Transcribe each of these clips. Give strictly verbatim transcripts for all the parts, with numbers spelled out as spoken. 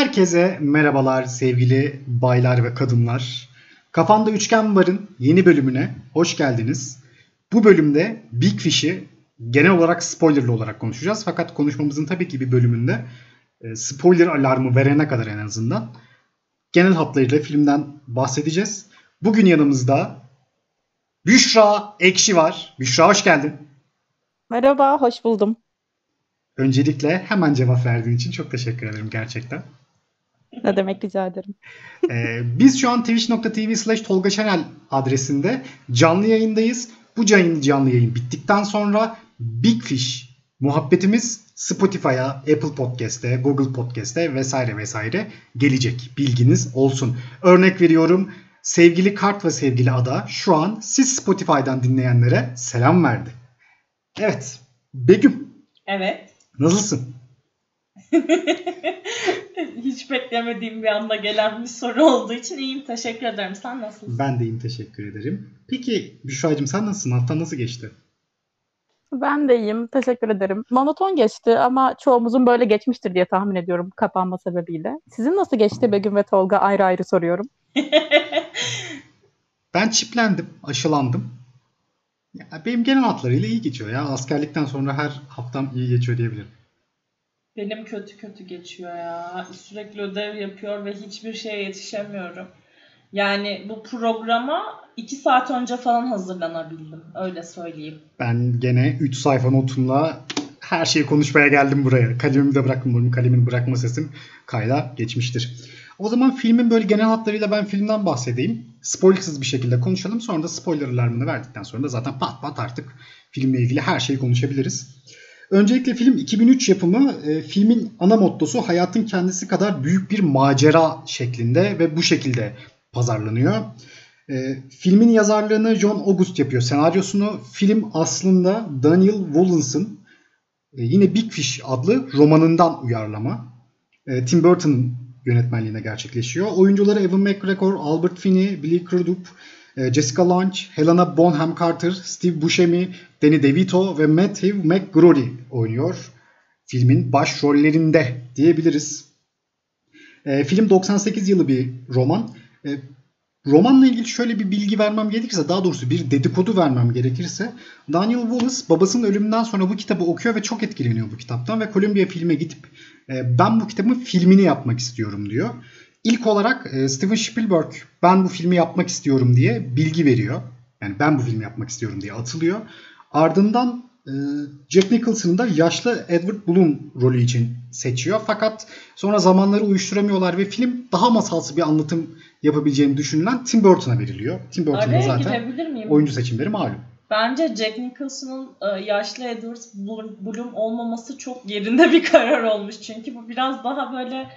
Herkese merhabalar sevgili baylar ve kadınlar. Kafamda Üçgen Var'ın yeni bölümüne hoş geldiniz. Bu bölümde Big Fish'i genel olarak spoilerlı olarak konuşacağız. Fakat konuşmamızın tabii ki bir bölümünde spoiler alarmı verene kadar en azından genel hatlarıyla filmden bahsedeceğiz. Bugün yanımızda Büşra Ekşi var. Büşra hoş geldin. Merhaba, hoş buldum. Öncelikle hemen cevap verdiğin için çok teşekkür ederim gerçekten. Ne demek, rica ederim. Ee, biz şu an twitch.tv slash Tolga Çenel adresinde canlı yayındayız. Bu canlı, canlı yayın bittikten sonra Big Fish muhabbetimiz Spotify'a, Apple Podcast'e, Google Podcast'e vesaire vesaire gelecek. Bilginiz olsun. Örnek veriyorum. Sevgili Kart ve sevgili Ada şu an siz Spotify'dan dinleyenlere selam verdi. Evet. Begüm. Evet. Nasılsın? Hiç beklemediğim bir anda gelen bir soru olduğu için iyiyim. Teşekkür ederim. Sen nasılsın? Ben de iyiyim. Teşekkür ederim. Peki Büşra'cığım sen nasılsın? Haftan nasıl geçti? Ben de iyiyim, teşekkür ederim. Monoton geçti ama çoğumuzun böyle geçmiştir diye tahmin ediyorum kapanma sebebiyle. Sizin nasıl geçti Begüm ve Tolga, ayrı ayrı soruyorum. Ben çiplendim, aşılandım. Ya benim genel hatlarıyla iyi geçiyor ya. Askerlikten sonra her haftam iyi geçiyor diyebilirim. Benim kötü kötü geçiyor ya. Sürekli ödev yapıyor ve hiçbir şeye yetişemiyorum. Yani bu programa iki saat önce falan hazırlanabildim. Öyle söyleyeyim. Ben gene üç sayfa notumla her şeyi konuşmaya geldim buraya. Kalemimi de bıraktım. Bunun kalemini bırakma sesim kayda geçmiştir. O zaman filmin böyle genel hatlarıyla ben filmden bahsedeyim. Spoilersız bir şekilde konuşalım. Sonra da spoiler alarmını verdikten sonra da zaten pat pat artık filmle ilgili her şeyi konuşabiliriz. Öncelikle film iki bin üç yapımı. E, filmin ana mottosu hayatın kendisi kadar büyük bir macera şeklinde ve bu şekilde pazarlanıyor. E, filmin yazarlığını John August yapıyor. Senaryosunu film aslında Daniel Wallace'ın e, yine Big Fish adlı romanından uyarlama. E, Tim Burton'ın yönetmenliğine gerçekleşiyor. Oyuncuları Ewan McGregor, Albert Finney, Billy Crudup, e, Jessica Lange, Helena Bonham Carter, Steve Buscemi, Danny DeVito ve Matthew McGrory oynuyor. Filmin başrollerinde diyebiliriz. E, film doksan sekiz yılı bir roman. E, romanla ilgili şöyle bir bilgi vermem gerekirse, daha doğrusu bir dedikodu vermem gerekirse, Daniel Wallace babasının ölümünden sonra bu kitabı okuyor ve çok etkileniyor bu kitaptan ve Columbia filme gidip e, ben bu kitabın filmini yapmak istiyorum diyor. İlk olarak e, Steven Spielberg ben bu filmi yapmak istiyorum diye bilgi veriyor. Yani ben bu filmi yapmak istiyorum diye atılıyor. Ardından e, Jack Nicholson'ı da yaşlı Edward Bloom rolü için seçiyor. Fakat sonra zamanları uyuşturamıyorlar ve film daha masalsı bir anlatım yapabileceğini düşünülen Tim Burton'a veriliyor. Tim Burton'da Araya zaten girebilir miyim? oyuncu seçimleri malum. Bence Jack Nicholson'ın e, yaşlı Edward Bloom olmaması çok yerinde bir karar olmuş. Çünkü bu biraz daha böyle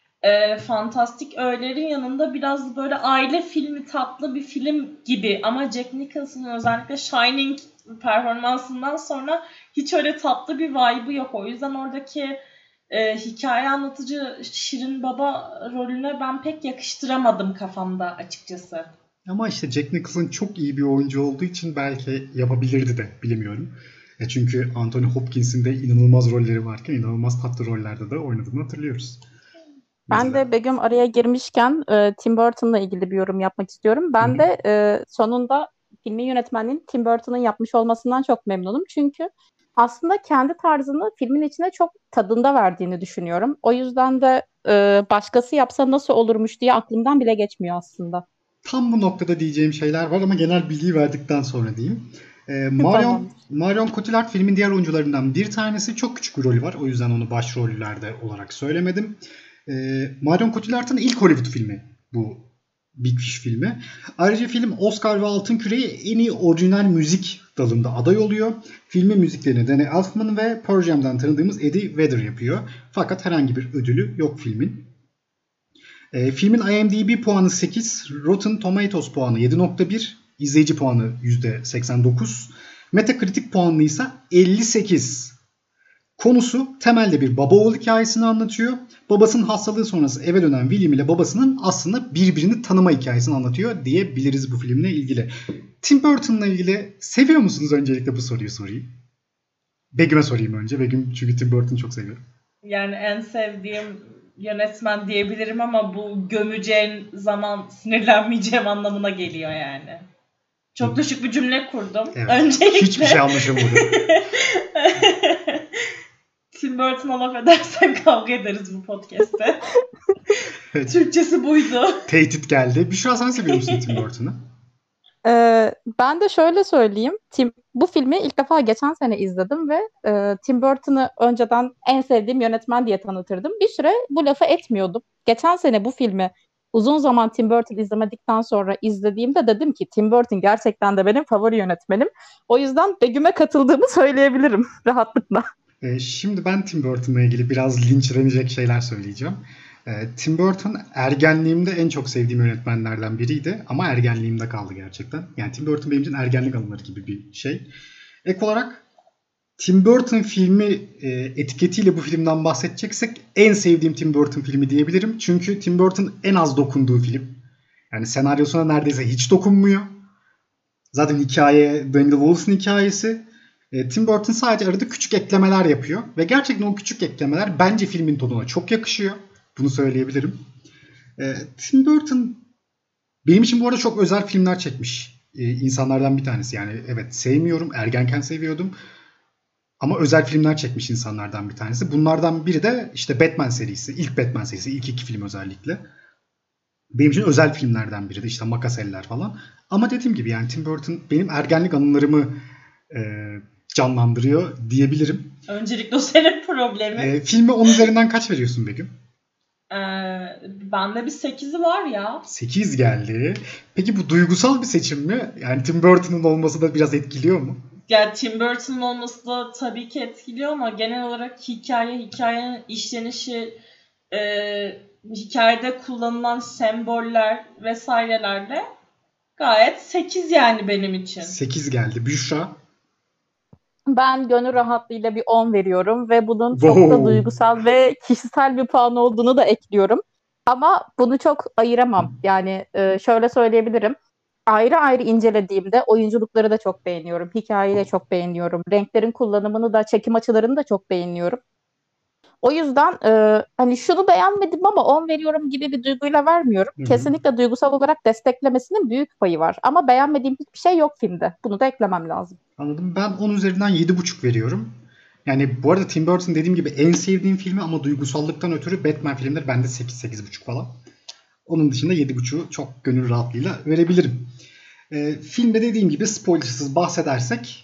e, fantastik öğelerin yanında biraz böyle aile filmi tatlı bir film gibi. Ama Jack Nicholson'ın özellikle Shining performansından sonra hiç öyle tatlı bir vibe'ı yok. O yüzden oradaki e, hikaye anlatıcı Şirin Baba rolüne ben pek yakıştıramadım kafamda açıkçası. Ama işte Jack Nicholson çok iyi bir oyuncu olduğu için belki yapabilirdi de bilemiyorum. E çünkü Anthony Hopkins'in de inanılmaz rolleri varken inanılmaz tatlı rollerde de oynadığını hatırlıyoruz. Ben Mesela. de Begüm araya girmişken e, Tim Burton'la ilgili bir yorum yapmak istiyorum. Ben Hı-hı. de e, sonunda filmin yönetmenliğini Tim Burton'ın yapmış olmasından çok memnunum. Çünkü aslında kendi tarzını filmin içine çok tadında verdiğini düşünüyorum. O yüzden de e, başkası yapsa nasıl olurmuş diye aklımdan bile geçmiyor aslında. Tam bu noktada diyeceğim şeyler var ama genel bilgiyi verdikten sonra diyeyim. Ee, Marion, Tamamdır. Marion Cotillard filmin diğer oyuncularından bir tanesi. Çok küçük bir rolü var. O yüzden onu başrollerde olarak söylemedim. Ee, Marion Cotillard'ın ilk Hollywood filmi bu Big Fish filmi. Ayrıca film Oscar ve Altın Küre'ye en iyi orijinal müzik dalında aday oluyor. Filmin müziklerini Danny Elfman ve Pearl Jam'den tanıdığımız Eddie Vedder yapıyor. Fakat herhangi bir ödülü yok filmin. E, filmin IMDb puanı sekiz, Rotten Tomatoes puanı yedi nokta bir, izleyici puanı yüzde seksen dokuz, Metacritic puanı ise elli sekiz. Konusu temelde bir baba oğul hikayesini anlatıyor. Babasının hastalığı sonrası eve dönen William ile babasının aslında birbirini tanıma hikayesini anlatıyor diyebiliriz bu filmle ilgili. Tim Burton'la ilgili seviyor musunuz, öncelikle bu soruyu sorayım. Begüm'e sorayım önce. Begüm çünkü Tim Burton'u çok seviyor. Yani en sevdiğim yönetmen diyebilirim ama bu gömeceğin zaman sinirlenmeyeceğim anlamına geliyor yani. Çok düşük bir cümle kurdum. Evet. Öncelikle. Hiçbir şey anlaşılmadı. Tim Burton'a laf edersen kavga ederiz bu podcast'te. Evet. Türkçesi buydu. Tehdit geldi. Büşra, sen seviyor musun Tim Burton'u? Ee, ben de şöyle söyleyeyim. Tim, bu filmi ilk defa geçen sene izledim ve e, Tim Burton'ı önceden en sevdiğim yönetmen diye tanıtırdım. Bir süre bu lafı etmiyordum. Geçen sene bu filmi uzun zaman Tim Burton izlemedikten sonra izlediğimde dedim ki Tim Burton gerçekten de benim favori yönetmenim. O yüzden Begüm'e katıldığımı söyleyebilirim rahatlıkla. Ee, şimdi ben Tim Burton'la ilgili biraz linçlenecek şeyler söyleyeceğim. Ee, Tim Burton ergenliğimde en çok sevdiğim yönetmenlerden biriydi ama ergenliğimde kaldı gerçekten. Yani Tim Burton benim için ergenlik anıları gibi bir şey. Ek olarak Tim Burton filmi e, etiketiyle bu filmden bahsedeceksek en sevdiğim Tim Burton filmi diyebilirim. Çünkü Tim Burton en az dokunduğu film. Yani senaryosuna neredeyse hiç dokunmuyor. Zaten hikaye Daniel Wallace'ın hikayesi. E, Tim Burton sadece arada küçük eklemeler yapıyor. Ve gerçekten o küçük eklemeler bence filmin tonuna çok yakışıyor. Bunu söyleyebilirim. E, Tim Burton benim için bu arada çok özel filmler çekmiş e, insanlardan bir tanesi. Yani evet, sevmiyorum. Ergenken seviyordum. Ama özel filmler çekmiş insanlardan bir tanesi. Bunlardan biri de işte Batman serisi. İlk Batman serisi. İlk iki film özellikle. Benim için özel filmlerden biri de işte Makaseller falan. Ama dediğim gibi yani Tim Burton benim ergenlik anılarımı e, canlandırıyor diyebilirim. Öncelikle o senin problemin. E, filme on üzerinden kaç veriyorsun Begüm? Ee, bende bir sekizi var ya. sekiz geldi. Peki bu duygusal bir seçim mi? Yani Tim Burton'un olması da biraz etkiliyor mu? Yani Tim Burton'un olması da tabii ki etkiliyor ama genel olarak hikaye, hikayenin işlenişi, e, hikayede kullanılan semboller vesairelerle gayet sekiz yani benim için. sekiz geldi. Büşra? Ben gönül rahatlığıyla bir on veriyorum ve bunun çok Wow. da duygusal ve kişisel bir puan olduğunu da ekliyorum. Ama bunu çok ayıramam. Yani e, şöyle söyleyebilirim. Ayrı ayrı incelediğimde oyunculukları da çok beğeniyorum. Hikayeyi de çok beğeniyorum. Renklerin kullanımını da, çekim açılarını da çok beğeniyorum. O yüzden e, hani şunu beğenmedim ama on veriyorum gibi bir duyguyla vermiyorum. Hı hı. Kesinlikle duygusal olarak desteklemesinin büyük payı var. Ama beğenmediğim hiçbir şey yok filmde. Bunu da eklemem lazım. Anladım. Ben on üzerinden yedi buçuk veriyorum. Yani bu arada Tim Burton dediğim gibi en sevdiğim filmi ama duygusallıktan ötürü Batman filmleri bende sekiz sekiz buçuk falan. Onun dışında yedi buçuğu çok gönül rahatlığıyla verebilirim. Ee, filmde dediğim gibi spoilersız bahsedersek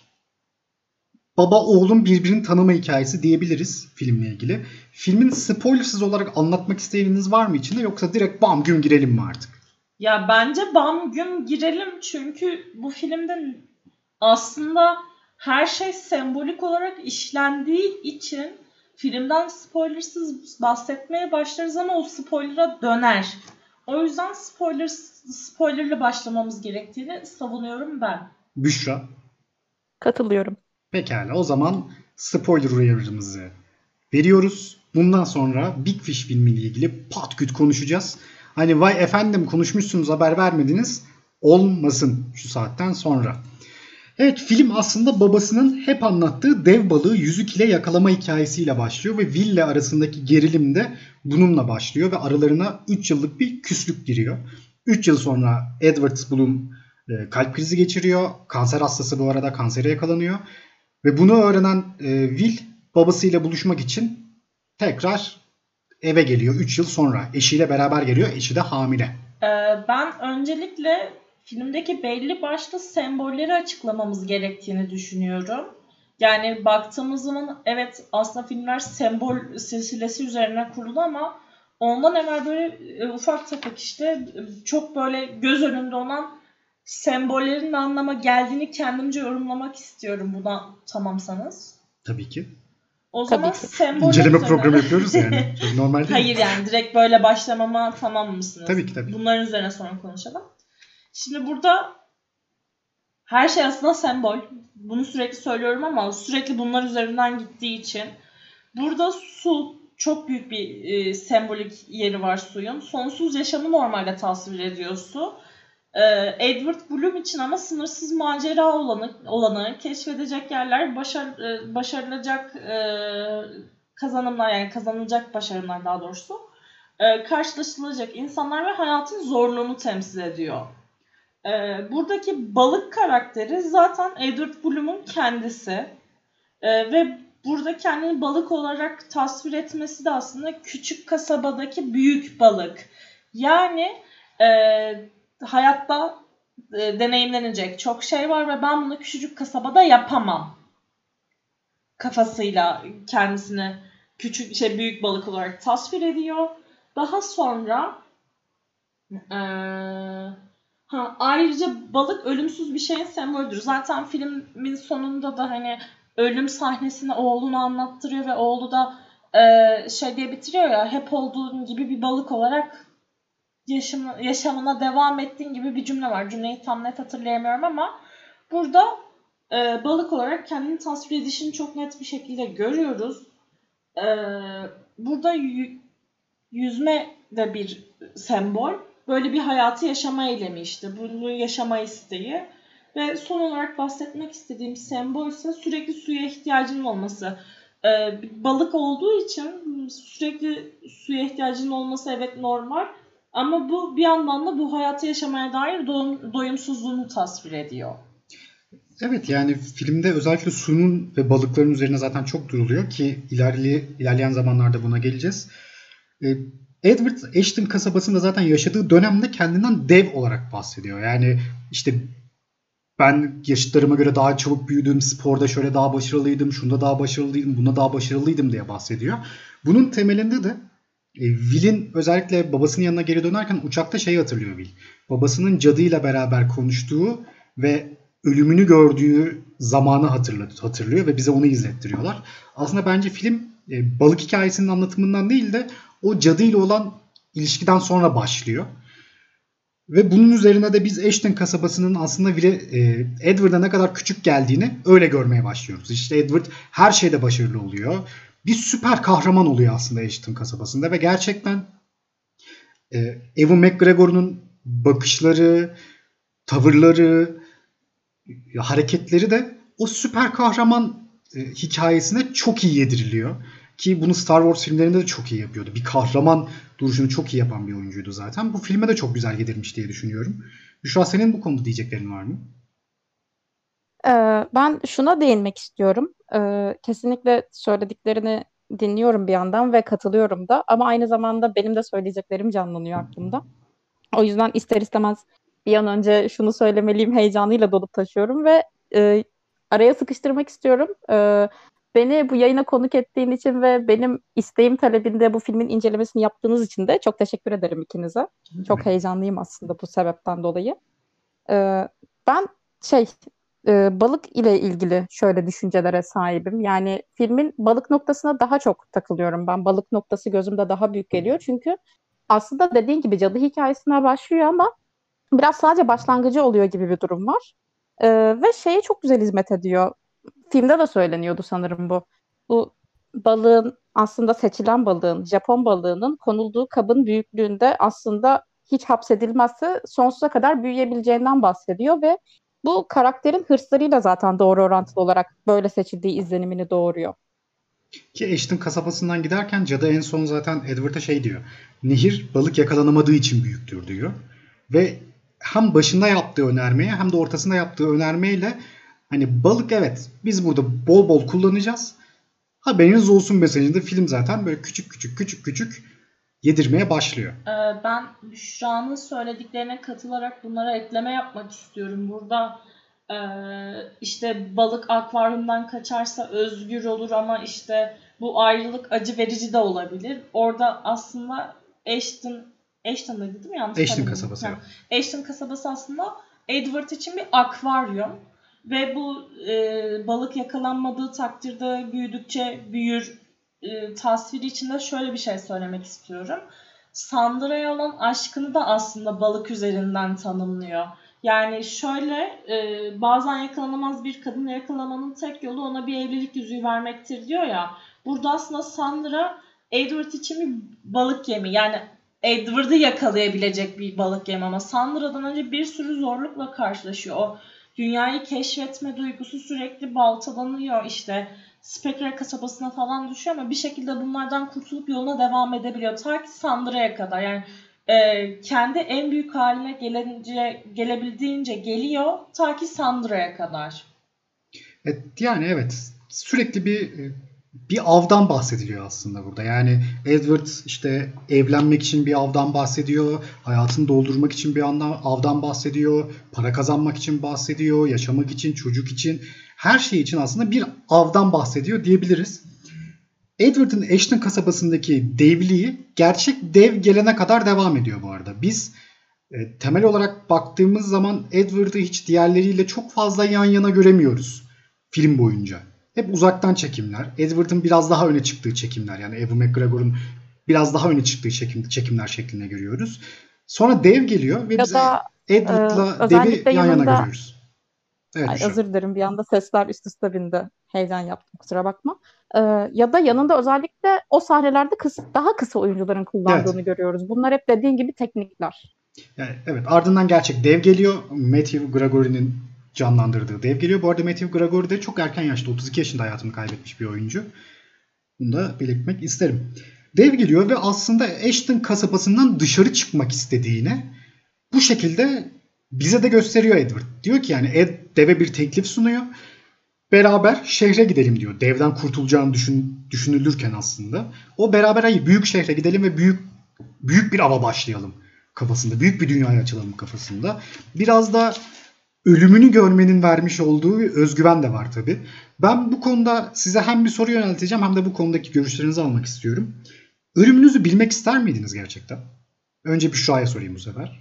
baba oğlun birbirini tanıma hikayesi diyebiliriz filmle ilgili. Filmin spoilersız olarak anlatmak isteyeniniz var mı içinde, yoksa direkt bam güm girelim mi artık? Ya bence bam güm girelim çünkü bu filmde aslında her şey sembolik olarak işlendiği için filmden spoilersız bahsetmeye başlarız ama o spoiler'a döner. O yüzden spoiler, spoilerle başlamamız gerektiğini savunuyorum ben. Büşra? Katılıyorum. Pekala, o zaman spoiler uyarımızı veriyoruz. Bundan sonra Big Fish filmiyle ilgili pat küt konuşacağız. Hani vay efendim konuşmuşsunuz haber vermediniz olmasın şu saatten sonra. Evet, film aslında babasının hep anlattığı dev balığı yüzük ile yakalama hikayesiyle başlıyor ve Will ile arasındaki gerilim de bununla başlıyor ve aralarına üç yıllık bir küslük giriyor. üç yıl sonra Edward Bloom e, kalp krizi geçiriyor. Kanser hastası bu arada, kansere yakalanıyor. Ve bunu öğrenen e, Will babasıyla buluşmak için tekrar eve geliyor üç yıl sonra. Eşiyle beraber geliyor. Eşi de hamile. Ee, ben öncelikle filmdeki belli başlı sembolleri açıklamamız gerektiğini düşünüyorum. Yani baktığımız zaman evet aslında filmler sembol silsilesi üzerine kurulu ama ondan evvel böyle e, ufak tefek işte e, çok böyle göz önünde olan sembollerin ne anlama geldiğini kendimce yorumlamak istiyorum, buna tamamsanız. Tabii ki. O Tabii zaman ki. semboller İnceleme üzerine- programı yapıyoruz yani. Çok normal değil. Hayır yani direkt böyle başlamama tamam mısınız? Tabii ki, tabii. Bunların üzerine sonra konuşalım. Şimdi burada her şey aslında sembol. Bunu sürekli söylüyorum ama sürekli bunlar üzerinden gittiği için. Burada su çok büyük bir e, sembolik yeri var suyun. Sonsuz yaşamı normalde tasvir ediyor su. E, Edward Bloom için ama sınırsız macera olanı, olanı keşfedecek yerler, başar, e, başarılacak e, kazanımlar, yani kazanılacak başarımlar daha doğrusu. e, karşılaşılacak insanlar ve hayatın zorluğunu temsil ediyor. E, buradaki balık karakteri zaten Edward Bloom'un kendisi. E, ve burada kendini balık olarak tasvir etmesi de aslında küçük kasabadaki büyük balık. Yani e, hayatta e, deneyimlenecek çok şey var ve ben bunu küçücük kasabada yapamam kafasıyla kendisini küçük şey büyük balık olarak tasvir ediyor. Daha sonra e, ha, ayrıca balık ölümsüz bir şeyin sembolüdür. Zaten filmin sonunda da hani ölüm sahnesini oğluna anlattırıyor ve oğlu da e, şey diye bitiriyor ya, hep olduğun gibi bir balık olarak yaşamına, yaşamına devam ettiğin gibi bir cümle var. Cümleyi tam net hatırlayamıyorum ama burada e, balık olarak kendini tasvir edişini çok net bir şekilde görüyoruz. E, burada y- yüzme de bir sembol. Böyle bir hayatı yaşama eylemi işte. Bunu yaşama isteği. Ve son olarak bahsetmek istediğim sembol ise sürekli suya ihtiyacının olması. Ee, balık olduğu için sürekli suya ihtiyacının olması evet normal. Ama bu bir yandan da bu hayatı yaşamaya dair doyum, doyumsuzluğunu tasvir ediyor. Evet, yani filmde özellikle suyun ve balıkların üzerine zaten çok duruluyor ki ilerli, ilerleyen zamanlarda buna geleceğiz. Ee, Edward Ashton kasabasında zaten yaşadığı dönemde kendinden dev olarak bahsediyor. Yani işte ben yaşıtlarıma göre daha çabuk büyüdüm, sporda şöyle daha başarılıydım, şunda daha başarılıydım, bunda daha başarılıydım diye bahsediyor. Bunun temelinde de e, Will'in özellikle babasının yanına geri dönerken uçakta şeyi hatırlıyor Will. Babasının cadıyla beraber konuştuğu ve ölümünü gördüğü zamanı hatırlıyor ve bize onu izlettiriyorlar. Aslında bence film e, balık hikayesinin anlatımından değil de o cadıyla olan ilişkiden sonra başlıyor. Ve bunun üzerine de biz Ashton kasabasının aslında bile e, Edward'a ne kadar küçük geldiğini öyle görmeye başlıyoruz. İşte Edward her şeyde başarılı oluyor. Bir süper kahraman oluyor aslında Ashton kasabasında ve gerçekten e, Ewan McGregor'un bakışları, tavırları, hareketleri de o süper kahraman e, hikayesine çok iyi yediriliyor. Ki bunu Star Wars filmlerinde de çok iyi yapıyordu. Bir kahraman duruşunu çok iyi yapan bir oyuncuydu zaten. Bu filme de çok güzel yedirmiş diye düşünüyorum. Büşra, senin bu konuda diyeceklerin var mı? Ee, ben şuna değinmek istiyorum. Ee, kesinlikle söylediklerini dinliyorum bir yandan ve katılıyorum da. Ama aynı zamanda benim de söyleyeceklerim canlanıyor aklımda. O yüzden ister istemez bir an önce şunu söylemeliyim heyecanıyla dolup taşıyorum ve e, araya sıkıştırmak istiyorum. E, beni bu yayına konuk ettiğin için ve benim isteğim talebinde bu filmin incelemesini yaptığınız için de çok teşekkür ederim ikinize. Çok heyecanlıyım aslında bu sebepten dolayı. E, ben şey e, balık ile ilgili şöyle düşüncelere sahibim. Yani filmin balık noktasına daha çok takılıyorum. Ben balık noktası gözümde daha büyük geliyor çünkü aslında dediğin gibi cadı hikayesine başlıyor ama biraz sadece başlangıcı oluyor gibi bir durum var. Ee, ve şeye çok güzel hizmet ediyor. Filmde de söyleniyordu sanırım bu. Bu balığın aslında seçilen balığın, Japon balığının konulduğu kabın büyüklüğünde aslında hiç hapsedilmezse sonsuza kadar büyüyebileceğinden bahsediyor ve bu karakterin hırslarıyla zaten doğru orantılı olarak böyle seçildiği izlenimini doğuruyor. Ki Ashton kasabasından giderken cadı en son zaten Edward'a şey diyor. Nehir balık yakalanamadığı için büyüktür diyor. Ve hem başında yaptığı önermeye hem de ortasında yaptığı önermeyle hani balık evet biz burada bol bol kullanacağız. Haberiniz olsun mesajında film zaten böyle küçük küçük küçük küçük yedirmeye başlıyor. Ee, ben Büşra'nın söylediklerine katılarak bunlara ekleme yapmak istiyorum. Burada e, işte balık akvaryumdan kaçarsa özgür olur ama işte bu ayrılık acı verici de olabilir. Orada aslında Ashton, Ashton'daydı değil mi? Yanlış Ashton kasabası. Yani, Ashton kasabası aslında Edward için bir akvaryum. Ve bu e, balık yakalanmadığı takdirde büyüdükçe büyür e, tasviri içinde şöyle bir şey söylemek istiyorum. Sandra'ya olan aşkını da aslında balık üzerinden tanımlıyor. Yani şöyle e, bazen yakalanamaz bir kadını yakalamanın tek yolu ona bir evlilik yüzüğü vermektir diyor ya. Burada aslında Sandra Edward için bir balık yemi. Yani Edward'ı yakalayabilecek bir balık yemi ama Sandra'dan önce bir sürü zorlukla karşılaşıyor. O dünyayı keşfetme duygusu sürekli baltalanıyor işte. Spectre kasabasına falan düşüyor ama bir şekilde bunlardan kurtulup yoluna devam edebiliyor. Ta ki Sandra'ya kadar. Yani e, kendi en büyük haline gelince, gelebildiğince geliyor. Ta ki Sandra'ya kadar. Evet, yani evet. Sürekli bir bir avdan bahsediliyor aslında burada. Yani Edward işte evlenmek için bir avdan bahsediyor. Hayatını doldurmak için bir andan, avdan bahsediyor. Para kazanmak için bahsediyor. Yaşamak için, çocuk için. Her şey için aslında bir avdan bahsediyor diyebiliriz. Edward'ın Ashton kasabasındaki devliği gerçek dev gelene kadar devam ediyor bu arada. Biz e, temel olarak baktığımız zaman Edward'ı hiç diğerleriyle çok fazla yan yana göremiyoruz film boyunca. Hep uzaktan çekimler. Edward'ın biraz daha öne çıktığı çekimler. Yani Ewan McGregor'un biraz daha öne çıktığı çekim, çekimler şeklinde görüyoruz. Sonra dev geliyor ve Ya biz da e, Edward'la devi özellikle yan yana yanında, görüyoruz. Evet ay Büşra. özür dilerim bir anda sesler üst üste bindi. Heyecan yaptım kusura bakma. Ee, ya da yanında özellikle o sahnelerde kıs daha kısa oyuncuların kullandığını Evet. görüyoruz. Bunlar hep dediğin gibi teknikler. Yani evet, ardından gerçek dev geliyor. Matthew Gregory'nin canlandırdığı dev geliyor. Bu arada Matthew Gregory de çok erken yaşta, otuz iki yaşında hayatını kaybetmiş bir oyuncu. Bunu da belirtmek isterim. Dev geliyor ve aslında Ashton kasabasından dışarı çıkmak istediğini bu şekilde bize de gösteriyor Edward. Diyor ki yani Ed, deve bir teklif sunuyor. Beraber şehre gidelim diyor. Devden kurtulacağını düşün, düşünülürken aslında. O beraber hayır büyük şehre gidelim ve büyük büyük bir ava başlayalım kafasında. Büyük bir dünyaya açılalım kafasında. Biraz da ölümünü görmenin vermiş olduğu bir özgüven de var tabii. Ben bu konuda size hem bir soru yönelteceğim hem de bu konudaki görüşlerinizi almak istiyorum. Ölümünüzü bilmek ister miydiniz gerçekten? Önce Büşra'ya sorayım bu sefer.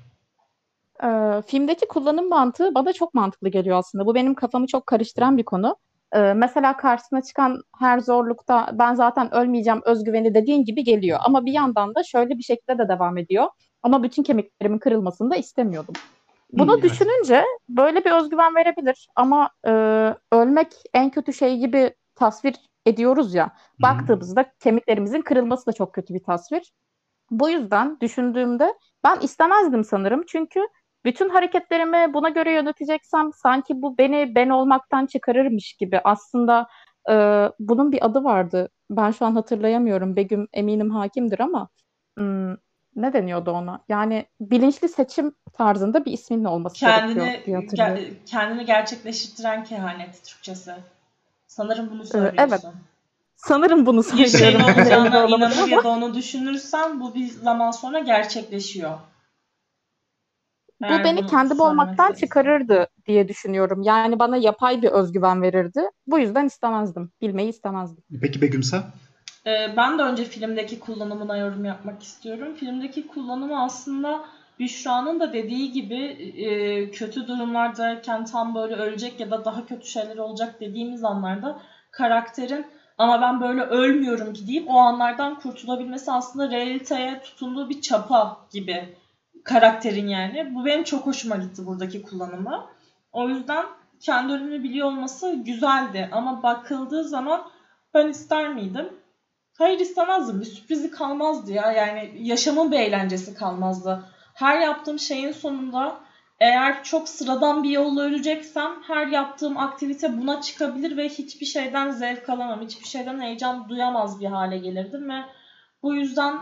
Ee, filmdeki kullanım mantığı bana çok mantıklı geliyor aslında. Bu benim kafamı çok karıştıran bir konu. Ee, mesela karşısına çıkan her zorlukta ben zaten ölmeyeceğim özgüveni dediğin gibi geliyor. Ama bir yandan da şöyle bir şekilde de devam ediyor. Ama bütün kemiklerimin kırılmasını da istemiyordum. Hı, Bunu evet. düşününce böyle bir özgüven verebilir. Ama e, ölmek en kötü şey gibi tasvir ediyoruz ya. Hı hı. Baktığımızda kemiklerimizin kırılması da çok kötü bir tasvir. Bu yüzden düşündüğümde ben istemezdim sanırım. Çünkü bütün hareketlerimi buna göre yöneteceksem sanki bu beni ben olmaktan çıkarırmış gibi. Aslında e, bunun bir adı vardı. Ben şu an hatırlayamıyorum. Begüm eminim hakimdir ama hmm, ne deniyordu ona? Yani bilinçli seçim tarzında bir ismin olması gerekiyor Kendini diye hatırlıyorum. ge- kendini gerçekleştiren kehanet Türkçesi. Sanırım bunu E, evet, söylüyorsun. sanırım bunu Bir şeyin söylüyorum. Emin olacağına olamadım inanır ama. ya da onu düşünürsen bu bir zaman sonra gerçekleşiyor. Bu Eğer beni bunu kendim söylemek olmaktan istediysen. çıkarırdı diye düşünüyorum. Yani bana yapay bir özgüven verirdi. Bu yüzden istemezdim. Bilmeyi istemezdim. Peki Begüm'se? Ee, ben de önce filmdeki kullanımına yorum yapmak istiyorum. Filmdeki kullanımı aslında Büşra'nın da dediği gibi e, kötü durumlardayken tam böyle ölecek ya da daha kötü şeyler olacak dediğimiz anlarda karakterin ama ben böyle ölmüyorum ki deyip o anlardan kurtulabilmesi aslında realiteye tutunduğu bir çapa gibi karakterin yani. Bu benim çok hoşuma gitti buradaki kullanımı. O yüzden kendi ölümünü biliyor olması güzeldi ama bakıldığı zaman ben ister miydim? Hayır istemezdim. Bir sürprizi kalmazdı ya. Yani yaşamın bir eğlencesi kalmazdı. Her yaptığım şeyin sonunda eğer çok sıradan bir yolla öleceksem her yaptığım aktivite buna çıkabilir ve hiçbir şeyden zevk alamam. Hiçbir şeyden heyecan duyamaz bir hale gelirdim ve bu yüzden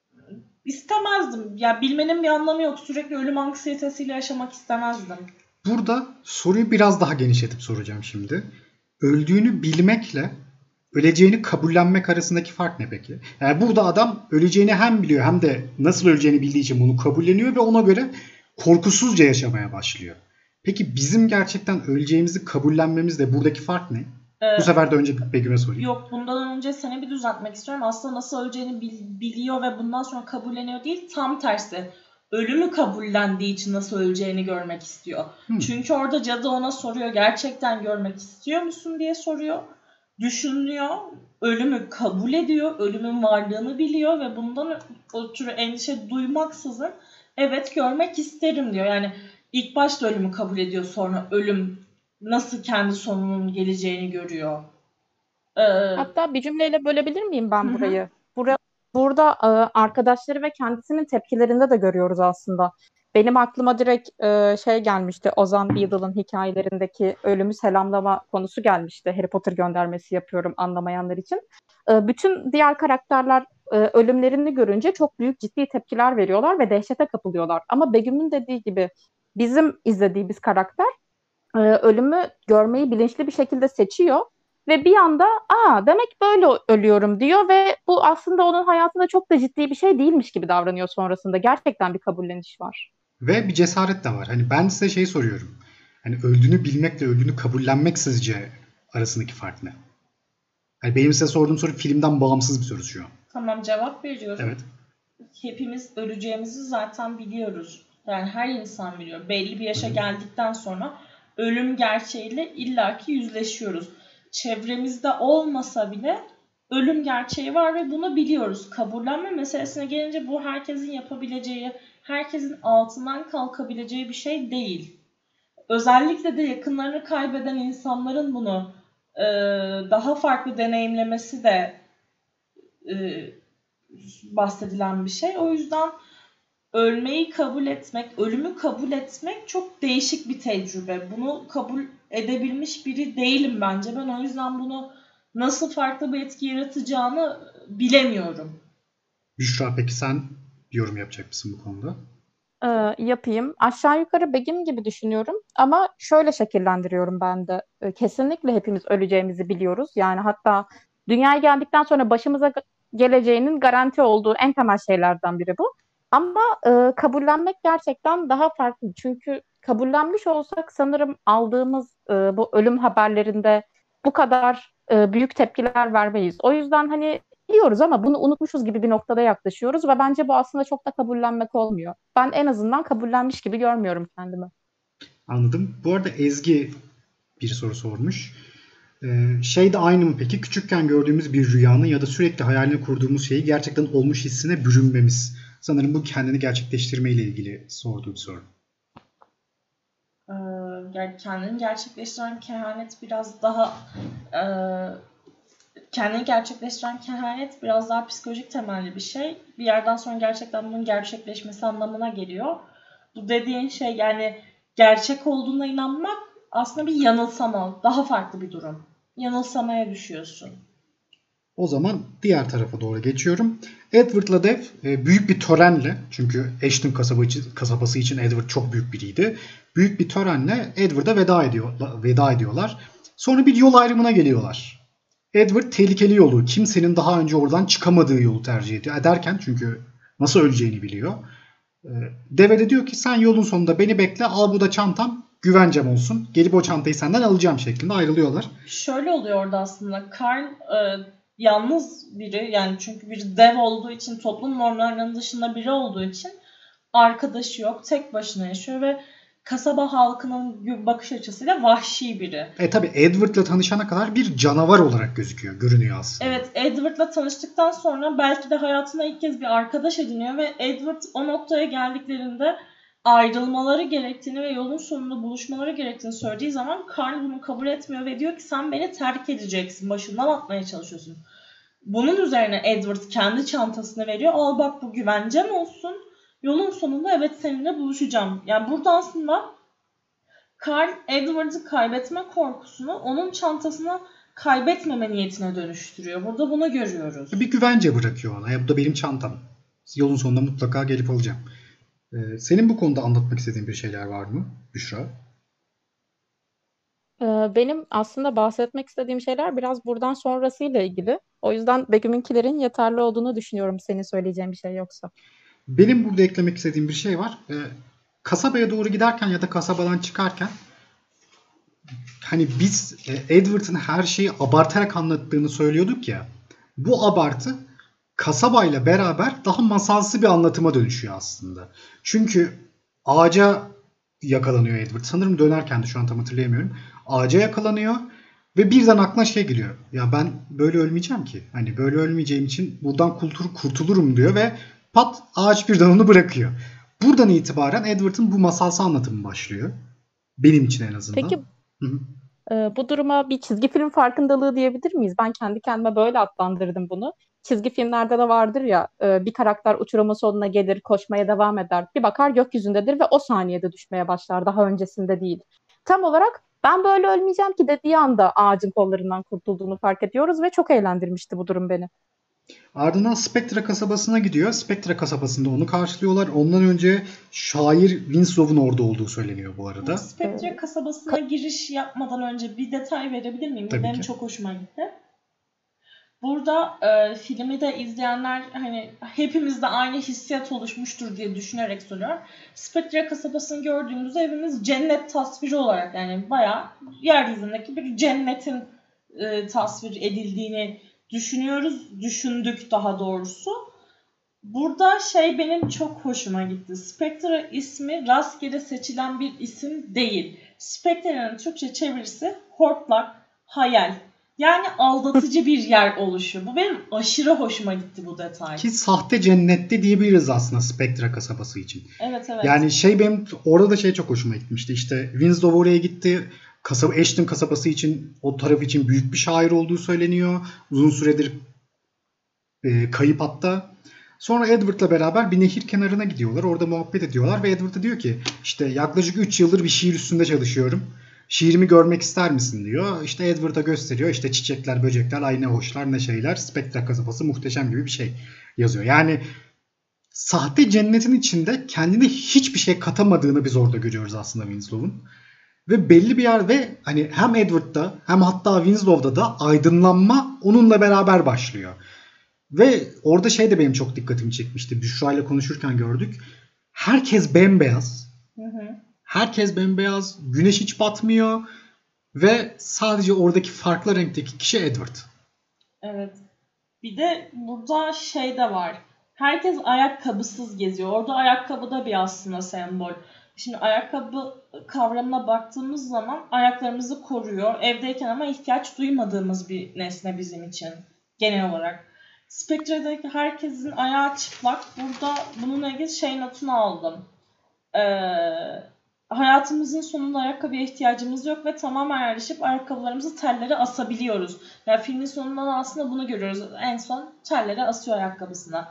istemezdim. Ya bilmenin bir anlamı yok. Sürekli ölüm anksiyetesiyle yaşamak istemezdim. Burada soruyu biraz daha genişletip soracağım şimdi. Öldüğünü bilmekle öleceğini kabullenmek arasındaki fark ne peki? Yani burada adam öleceğini hem biliyor hem de nasıl öleceğini bildiği için bunu kabulleniyor ve ona göre korkusuzca yaşamaya başlıyor. Peki bizim gerçekten öleceğimizi kabullenmemizle buradaki fark ne? Ee, Bu sefer de önce Begüm'e sorayım. Yok bundan önce seni bir düzeltmek istiyorum. Aslında nasıl öleceğini bil- biliyor ve bundan sonra kabulleniyor değil. Tam tersi. Ölümü kabullendiği için nasıl öleceğini görmek istiyor. Hmm. Çünkü orada cadı ona soruyor. Gerçekten görmek istiyor musun diye soruyor. Düşünüyor. Ölümü kabul ediyor. Ölümün varlığını biliyor ve bundan ötürü endişe duymaksızın evet görmek isterim diyor. Yani ilk başta ölümü kabul ediyor. Sonra ölüm nasıl kendi sonunun geleceğini görüyor. Ee, Hatta bir cümleyle bölebilir miyim hı ben hı. burayı? Bura, burada e, arkadaşları ve kendisinin tepkilerinde de görüyoruz aslında. benim aklıma direkt e, şey gelmişti. Ozan Beadle'ın hikayelerindeki ölümü selamlama konusu gelmişti. Harry Potter göndermesi yapıyorum anlamayanlar için. E, bütün diğer karakterler e, ölümlerini görünce çok büyük ciddi tepkiler veriyorlar ve dehşete kapılıyorlar. Ama Begüm'ün dediği gibi bizim izlediğimiz karakter e, ölümü görmeyi bilinçli bir şekilde seçiyor ve bir anda aa demek böyle ölüyorum diyor ve bu aslında onun hayatında çok da ciddi bir şey değilmiş gibi davranıyor sonrasında. Gerçekten bir kabulleniş var. Ve bir cesaret de var. Hani ben size şey soruyorum. Hani öldüğünü bilmekle öldüğünü kabullenmek sizce arasındaki fark ne? Hani benim size sorduğum soru filmden bağımsız bir soru şu an. Tamam, cevap veriyorum. Evet. Hepimiz öleceğimizi zaten biliyoruz. Yani her insan biliyor. Belli bir yaşa geldikten sonra ölüm gerçeğiyle illaki yüzleşiyoruz. Çevremizde olmasa bile ölüm gerçeği var ve bunu biliyoruz. Kabullenme meselesine gelince bu herkesin yapabileceği, herkesin altından kalkabileceği bir şey değil. Özellikle de yakınlarını kaybeden insanların bunu e, daha farklı deneyimlemesi de e, bahsedilen bir şey. O yüzden ölmeyi kabul etmek, ölümü kabul etmek çok değişik bir tecrübe. Bunu kabul edebilmiş biri değilim bence. Ben o yüzden bunu nasıl farklı bir etki yaratacağını bilemiyorum. Büşra, peki sen yorum yapacak mısın bu konuda? Ee, yapayım. Aşağı yukarı Begüm gibi düşünüyorum ama şöyle şekillendiriyorum ben de. Ee, kesinlikle hepimiz öleceğimizi biliyoruz. Yani hatta dünyaya geldikten sonra başımıza ge- geleceğinin garanti olduğu en temel şeylerden biri bu. Ama e, kabullenmek gerçekten daha farklı. Çünkü kabullenmiş olsak sanırım aldığımız e, bu ölüm haberlerinde bu kadar e, büyük tepkiler vermeyiz. O yüzden hani biliyoruz ama bunu unutmuşuz gibi bir noktada yaklaşıyoruz ve bence bu aslında çok da kabullenmek olmuyor. Ben en azından kabullenmiş gibi görmüyorum kendimi. Anladım. Bu arada Ezgi bir soru sormuş. Ee, şey de aynı mı peki? Küçükken gördüğümüz bir rüyanın ya da sürekli hayalini kurduğumuz şeyi gerçekten olmuş hissine bürünmemiz. Sanırım bu kendini gerçekleştirme ile ilgili sorduğu bir soru. Ee, yani kendini gerçekleştiren kehanet biraz daha e, kendini gerçekleştiren kehanet biraz daha psikolojik temelli bir şey. Bir yerden sonra gerçekten bunun gerçekleşmesi anlamına geliyor. Bu dediğin şey, yani gerçek olduğuna inanmak aslında bir yanılsama, daha farklı bir durum. Yanılsamaya düşüyorsun. O zaman diğer tarafa doğru geçiyorum. Edward'la Dev e, büyük bir törenle, çünkü Ashton kasabası için Edward çok büyük biriydi. Büyük bir törenle Edward'a veda, ediyor, veda ediyorlar. Sonra bir yol ayrımına geliyorlar. Edward tehlikeli yolu, kimsenin daha önce oradan çıkamadığı yolu tercih ediyor. Ederken, çünkü nasıl öleceğini biliyor. Dev'e de diyor ki sen yolun sonunda beni bekle, al bu da çantam, güvencem olsun. Gelip o çantayı senden alacağım şeklinde ayrılıyorlar. Şöyle oluyor orada aslında. Karl e, yalnız biri, yani çünkü bir dev olduğu için, toplum normlarının dışında biri olduğu için arkadaşı yok, tek başına yaşıyor ve kasaba halkının bakış açısıyla vahşi biri. E tabi Edward'la tanışana kadar bir canavar olarak gözüküyor, görünüyor aslında. Evet, Edward'la tanıştıktan sonra belki de hayatında ilk kez bir arkadaş ediniyor ve Edward o noktaya geldiklerinde ayrılmaları gerektiğini ve yolun sonunda buluşmaları gerektiğini söylediği zaman Karl bunu kabul etmiyor ve diyor ki sen beni terk edeceksin, başından atmaya çalışıyorsun. Bunun üzerine Edward kendi çantasını veriyor. Al bak, bu güvencem olsun. Yolun sonunda evet seninle buluşacağım. Yani burada aslında Karl Edward'ı kaybetme korkusunu onun çantasına kaybetmeme niyetine dönüştürüyor. Burada bunu görüyoruz. Bir güvence bırakıyor ona. Ya bu da benim çantam. Yolun sonunda mutlaka gelip alacağım. Ee, senin bu konuda anlatmak istediğin bir şeyler var mı Büşra? Ee, Benim aslında bahsetmek istediğim şeyler biraz buradan sonrasıyla ilgili. O yüzden Begüm'ünkilerin yeterli olduğunu düşünüyorum, senin söyleyeceğin bir şey yoksa. Benim burada eklemek istediğim bir şey var. Ee, kasabaya doğru giderken ya da kasabadan çıkarken hani biz e, Edward'ın her şeyi abartarak anlattığını söylüyorduk ya. Bu abartı kasabayla beraber daha masalsı bir anlatıma dönüşüyor aslında. Çünkü ağaca yakalanıyor Edward. Sanırım dönerken de, şu an tam hatırlayamıyorum. Ağaca yakalanıyor ve birden aklına şey geliyor. Ya ben böyle ölmeyeceğim ki. Hani böyle ölmeyeceğim için buradan kurtul kurtulurum diyor ve pat, ağaç birden onu bırakıyor. Buradan itibaren Edward'ın bu masalsı anlatımı başlıyor. Benim için en azından. Peki Hı-hı. e, bu duruma bir çizgi film farkındalığı diyebilir miyiz? Ben kendi kendime böyle adlandırdım bunu. çizgi filmlerde de vardır ya, e, bir karakter uçurumun sonuna gelir, koşmaya devam eder. Bir bakar gökyüzündedir ve o saniyede düşmeye başlar, daha öncesinde değil. Tam olarak ben böyle ölmeyeceğim ki dediği anda ağacın kollarından kurtulduğunu fark ediyoruz ve çok eğlendirmişti bu durum beni. Ardından Spectra kasabasına gidiyor. Spectra kasabasında onu karşılıyorlar. Ondan önce şair Winslow'un orada olduğu söyleniyor bu arada. Spectra kasabasına giriş yapmadan önce bir detay verebilir miyim? Tabii Benim ki. çok hoşuma gitti. Burada e, filmi de izleyenler hani hepimizde aynı hissiyat oluşmuştur diye düşünerek soruyorum. Spectra kasabasını gördüğümüzde evimiz cennet tasviri olarak, yani bayağı yeryüzündeki bir cennetin e, tasvir edildiğini düşünüyoruz, düşündük daha doğrusu. Burada şey benim çok hoşuma gitti. Spectra ismi rastgele seçilen bir isim değil. Spectra'nın Türkçe çevirisi hortlak, hayal. Yani aldatıcı bir yer oluşuyor. Bu benim aşırı hoşuma gitti bu detay. Ki sahte cennette diyebiliriz aslında Spectra kasabası için. Evet evet. Yani şey benim orada da şey çok hoşuma gitmişti. İşte Winslow oraya gitti. Kasaba, Ashton kasabası için, o taraf için büyük bir şair olduğu söyleniyor. Uzun süredir e, kayıp hatta. Sonra Edward'la beraber bir nehir kenarına gidiyorlar. Orada muhabbet ediyorlar ve Edward da diyor ki işte yaklaşık üç yıldır bir şiir üstünde çalışıyorum. Şiirimi görmek ister misin diyor. İşte Edward'a gösteriyor. İşte çiçekler, böcekler, ay ne hoşlar ne şeyler. Spectra kasabası muhteşem gibi bir şey yazıyor. Yani sahte cennetin içinde kendine hiçbir şey katamadığını biz orada görüyoruz aslında Winslow'un. Ve belli bir yer ve hani hem Edward'da hem hatta Winslow'da da aydınlanma onunla beraber başlıyor. Ve orada şey de benim çok dikkatimi çekmişti. Büşra ile konuşurken gördük. Herkes bembeyaz. Hı hı. Herkes bembeyaz. Güneş hiç batmıyor. Ve sadece oradaki farklı renkteki kişi Edward. Evet. Bir de burada şey de var. Herkes ayakkabısız geziyor. Orada ayakkabı da bir aslında sembol. Şimdi ayakkabı kavramına baktığımız zaman ayaklarımızı koruyor. Evdeyken ama ihtiyaç duymadığımız bir nesne bizim için genel olarak. Spectra'daki herkesin ayağı çıplak. Burada bununla ilgili şey notunu aldım. Ee, hayatımızın sonunda ayakkabıya ihtiyacımız yok ve tamamen yerleşip ayakkabılarımızı tellere asabiliyoruz. Yani filmin sonunda da aslında bunu görüyoruz. En son tellere asıyor ayakkabısına.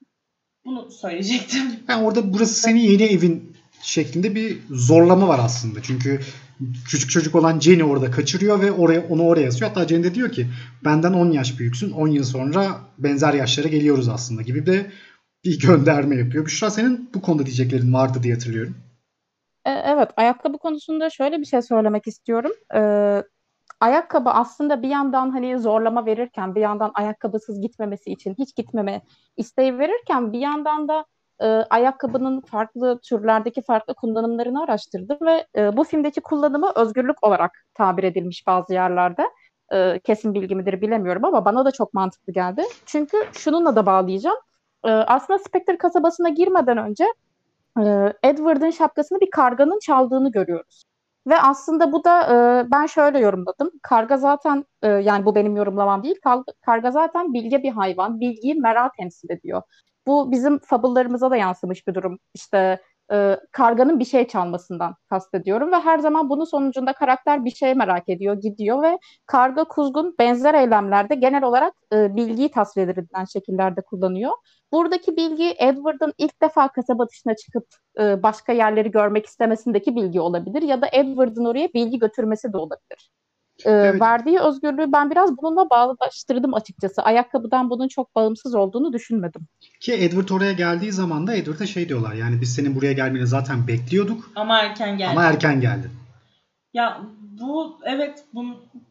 Bunu söyleyecektim. Yani orada burası senin yeni evin şeklinde bir zorlama var aslında. Çünkü küçük çocuk olan Jenny orada kaçırıyor ve oraya onu oraya yazıyor. Hatta Jenny de diyor ki benden on yaş büyüksün. on yıl sonra benzer yaşlara geliyoruz aslında gibi de bir gönderme yapıyor. Büşra senin bu konuda diyeceklerin vardı diye hatırlıyorum. E, Evet, ayakkabı konusunda şöyle bir şey söylemek istiyorum. Ee, ayakkabı aslında bir yandan hani zorlama verirken, bir yandan ayakkabısız gitmemesi için hiç gitmeme isteği verirken, bir yandan da e, ayakkabının farklı türlerdeki farklı kullanımlarını araştırdım ve e, bu filmdeki kullanımı özgürlük olarak tabir edilmiş bazı yerlerde. E, kesin bilgi midir bilemiyorum ama bana da çok mantıklı geldi. Çünkü şununla da bağlayacağım. E, aslında Spectre kasabasına girmeden önce e, Edward'ın şapkasını bir karganın çaldığını görüyoruz. Ve aslında bu da e, ben şöyle yorumladım. Karga zaten e, yani bu benim yorumlamam değil. Kar- Karga zaten bilge bir hayvan. Bilgiyi merak temsil ediyor. Bu bizim fabullarımıza da yansımış bir durum. İşte e, karganın bir şey çalmasından kastediyorum ve her zaman bunun sonucunda karakter bir şey merak ediyor, gidiyor ve karga, kuzgun benzer eylemlerde genel olarak e, bilgiyi tasvir edilen şekillerde kullanıyor. Buradaki bilgi Edward'ın ilk defa kasaba dışına çıkıp e, başka yerleri görmek istemesindeki bilgi olabilir ya da Edward'ın oraya bilgi götürmesi de olabilir. E, Evet. verdiği özgürlüğü ben biraz bununla bağdaştırdım açıkçası. Ayakkabıdan bunun çok bağımsız olduğunu düşünmedim. Ki Edward oraya geldiği zaman da Edward'a şey diyorlar. Yani biz senin buraya gelmeni zaten bekliyorduk. Ama erken geldi. Ama erken geldin. Ya bu evet bu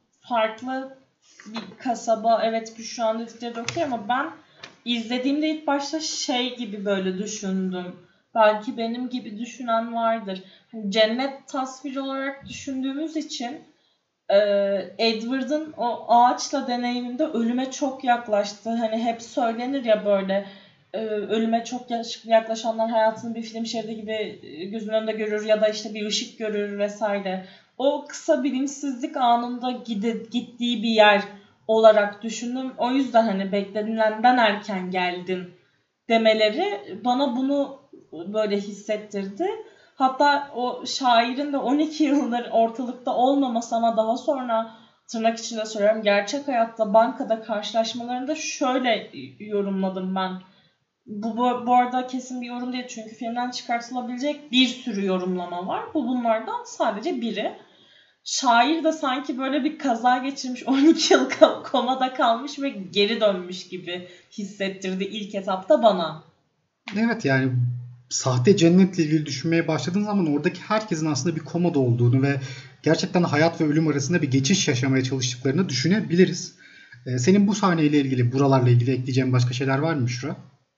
farklı bir kasaba, evet bu şu an dedikleri okey ama ben izlediğimde ilk başta şey gibi böyle düşündüm. Belki benim gibi düşünen vardır. Hani cennet tasviri olarak düşündüğümüz için e, Edward'ın o ağaçla deneyiminde ölüme çok yaklaştı. Hani hep söylenir ya böyle e, ölüme çok yaş- yaklaşanlar hayatını bir film şeridi gibi e, gözünün önünde görür ya da işte bir ışık görür vesaire. O kısa bilinçsizlik anında gide, gittiği bir yer olarak düşündüm. O yüzden hani beklenilenden erken geldin demeleri bana bunu böyle hissettirdi. Hatta o şairin de on iki yıldır ortalıkta olmaması ama daha sonra tırnak içinde söylüyorum, gerçek hayatta bankada karşılaşmalarında şöyle yorumladım ben. Bu, bu, bu arada kesin bir yorum değil çünkü filmden çıkartılabilecek bir sürü yorumlama var. Bu bunlardan sadece biri. Şair de sanki böyle bir kaza geçirmiş, on iki yıl komada kalmış ve geri dönmüş gibi hissettirdi ilk etapta bana. Evet, yani sahte cennetle ilgili düşünmeye başladığın zaman oradaki herkesin aslında bir komada olduğunu ve gerçekten hayat ve ölüm arasında bir geçiş yaşamaya çalıştıklarını düşünebiliriz. Ee, senin bu sahneyle ilgili, buralarla ilgili ekleyeceğin başka şeyler var mı Müşra?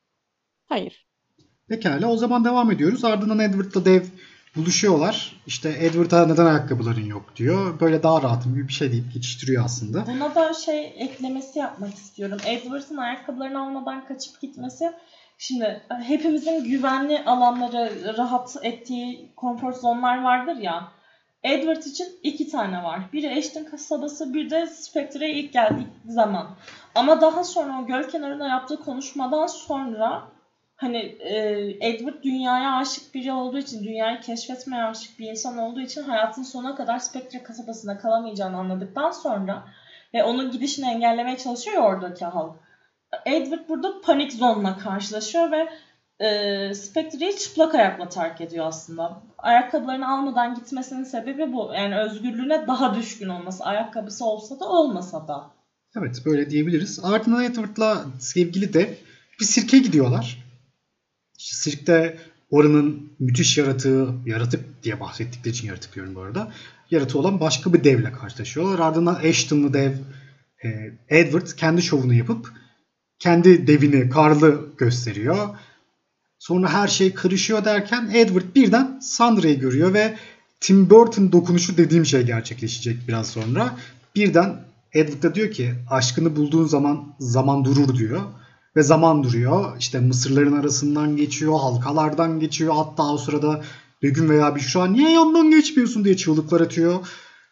Hayır. Pekala, o zaman devam ediyoruz. Ardından Edward'la Dave buluşuyorlar. İşte Edward'a neden ayakkabıların yok diyor. Böyle daha rahatım gibi bir şey deyip geçiştiriyor aslında. Buna da şey eklemesi yapmak istiyorum. Edward'ın ayakkabılarını almadan kaçıp gitmesi. Şimdi hepimizin güvenli alanları, rahat ettiği konfor zonlar vardır ya. Edward için iki tane var. Biri Ashton kasabası, bir de Spectre'ye ilk geldiği zaman. Ama daha sonra o göl kenarında yaptığı konuşmadan sonra hani Edward dünyaya aşık biri olduğu için, dünyayı keşfetmeye aşık bir insan olduğu için hayatın sonuna kadar Spectre kasabasında kalamayacağını anladıktan sonra ve onun gidişini engellemeye çalışıyor ya oradaki halk. Edward burada panik zonla karşılaşıyor ve e, Spectre'yi çıplak ayakla terk ediyor aslında. Ayakkabılarını almadan gitmesinin sebebi bu. Yani özgürlüğüne daha düşkün olması. Ayakkabısı olsa da olmasa da. Evet, böyle diyebiliriz. Ardından Edward'la sevgili de bir sirke gidiyorlar. İşte sirkte oranın müthiş yaratığı, yaratık diye bahsettikleri için yaratık diyorum bu arada. Yaratığı olan başka bir devle karşılaşıyorlar. Ardından Ashton'lı dev e, Edward kendi şovunu yapıp kendi devini, Karl'ı gösteriyor. Sonra her şey karışıyor derken Edward birden Sandra'yı görüyor ve Tim Burton dokunuşu dediğim şey gerçekleşecek biraz sonra. Birden Edward da diyor ki aşkını bulduğun zaman zaman durur diyor. Ve zaman duruyor. İşte mısırların arasından geçiyor, halkalardan geçiyor. Hatta o sırada Begüm veya Büşra niye yandan geçmiyorsun diye çığlıklar atıyor.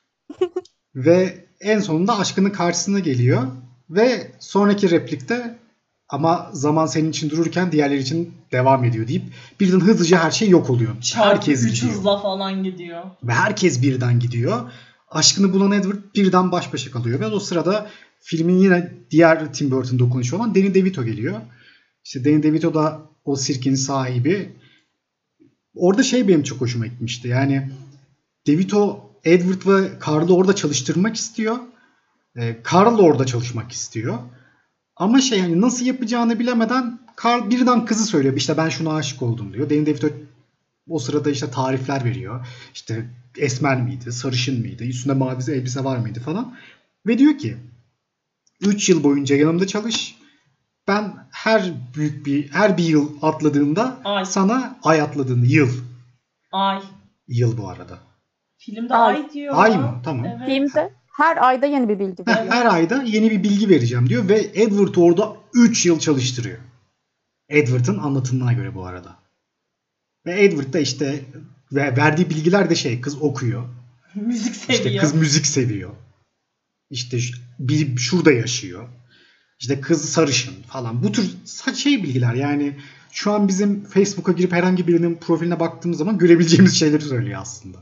Ve en sonunda aşkının karşısına geliyor. Ve sonraki replikte ama zaman senin için dururken diğerleri için devam ediyor deyip birden hızlıca her şey yok oluyor. Çarpı herkes üç gidiyor. hızla falan gidiyor. Ve herkes birden gidiyor. Aşkını bulan Edward birden baş başa kalıyor. Ve o sırada filmin yine diğer Tim Burton dokunuşu olan Danny DeVito geliyor. İşte Danny DeVito da o sirkin sahibi. Orada şey benim çok hoşuma gitmişti. Yani DeVito Edward ve Carl'ı orada çalıştırmak istiyor. Carl da orada çalışmak istiyor. Ama şey hani nasıl yapacağını bilemeden Carl birden kızı söylüyor. İşte ben şuna aşık oldum diyor. Danny DeVito o sırada işte tarifler veriyor. İşte esmer miydi, sarışın mıydı, üstünde mavi elbise var mıydı falan. Ve diyor ki üç yıl boyunca yanımda çalış. Ben her büyük bir her bir yıl atladığında ay. Sana ay atladığında yıl. Ay. Yıl bu arada. Filmde ay, ay diyor. Ay mı? Tamam. Evet. Filmde her ayda yeni bir bilgi veriyor. Her ayda yeni bir bilgi vereceğim diyor ve Edward orada üç yıl çalıştırıyor. Edward'ın anlatımına göre bu arada. Ve Edward da işte verdiği bilgiler de şey kız okuyor. Müzik seviyor. İşte kız müzik seviyor. İşte bir şurada yaşıyor. İşte kız sarışın falan. Bu tür şey bilgiler yani şu an bizim Facebook'a girip herhangi birinin profiline baktığımız zaman görebileceğimiz şeyleri söylüyor aslında.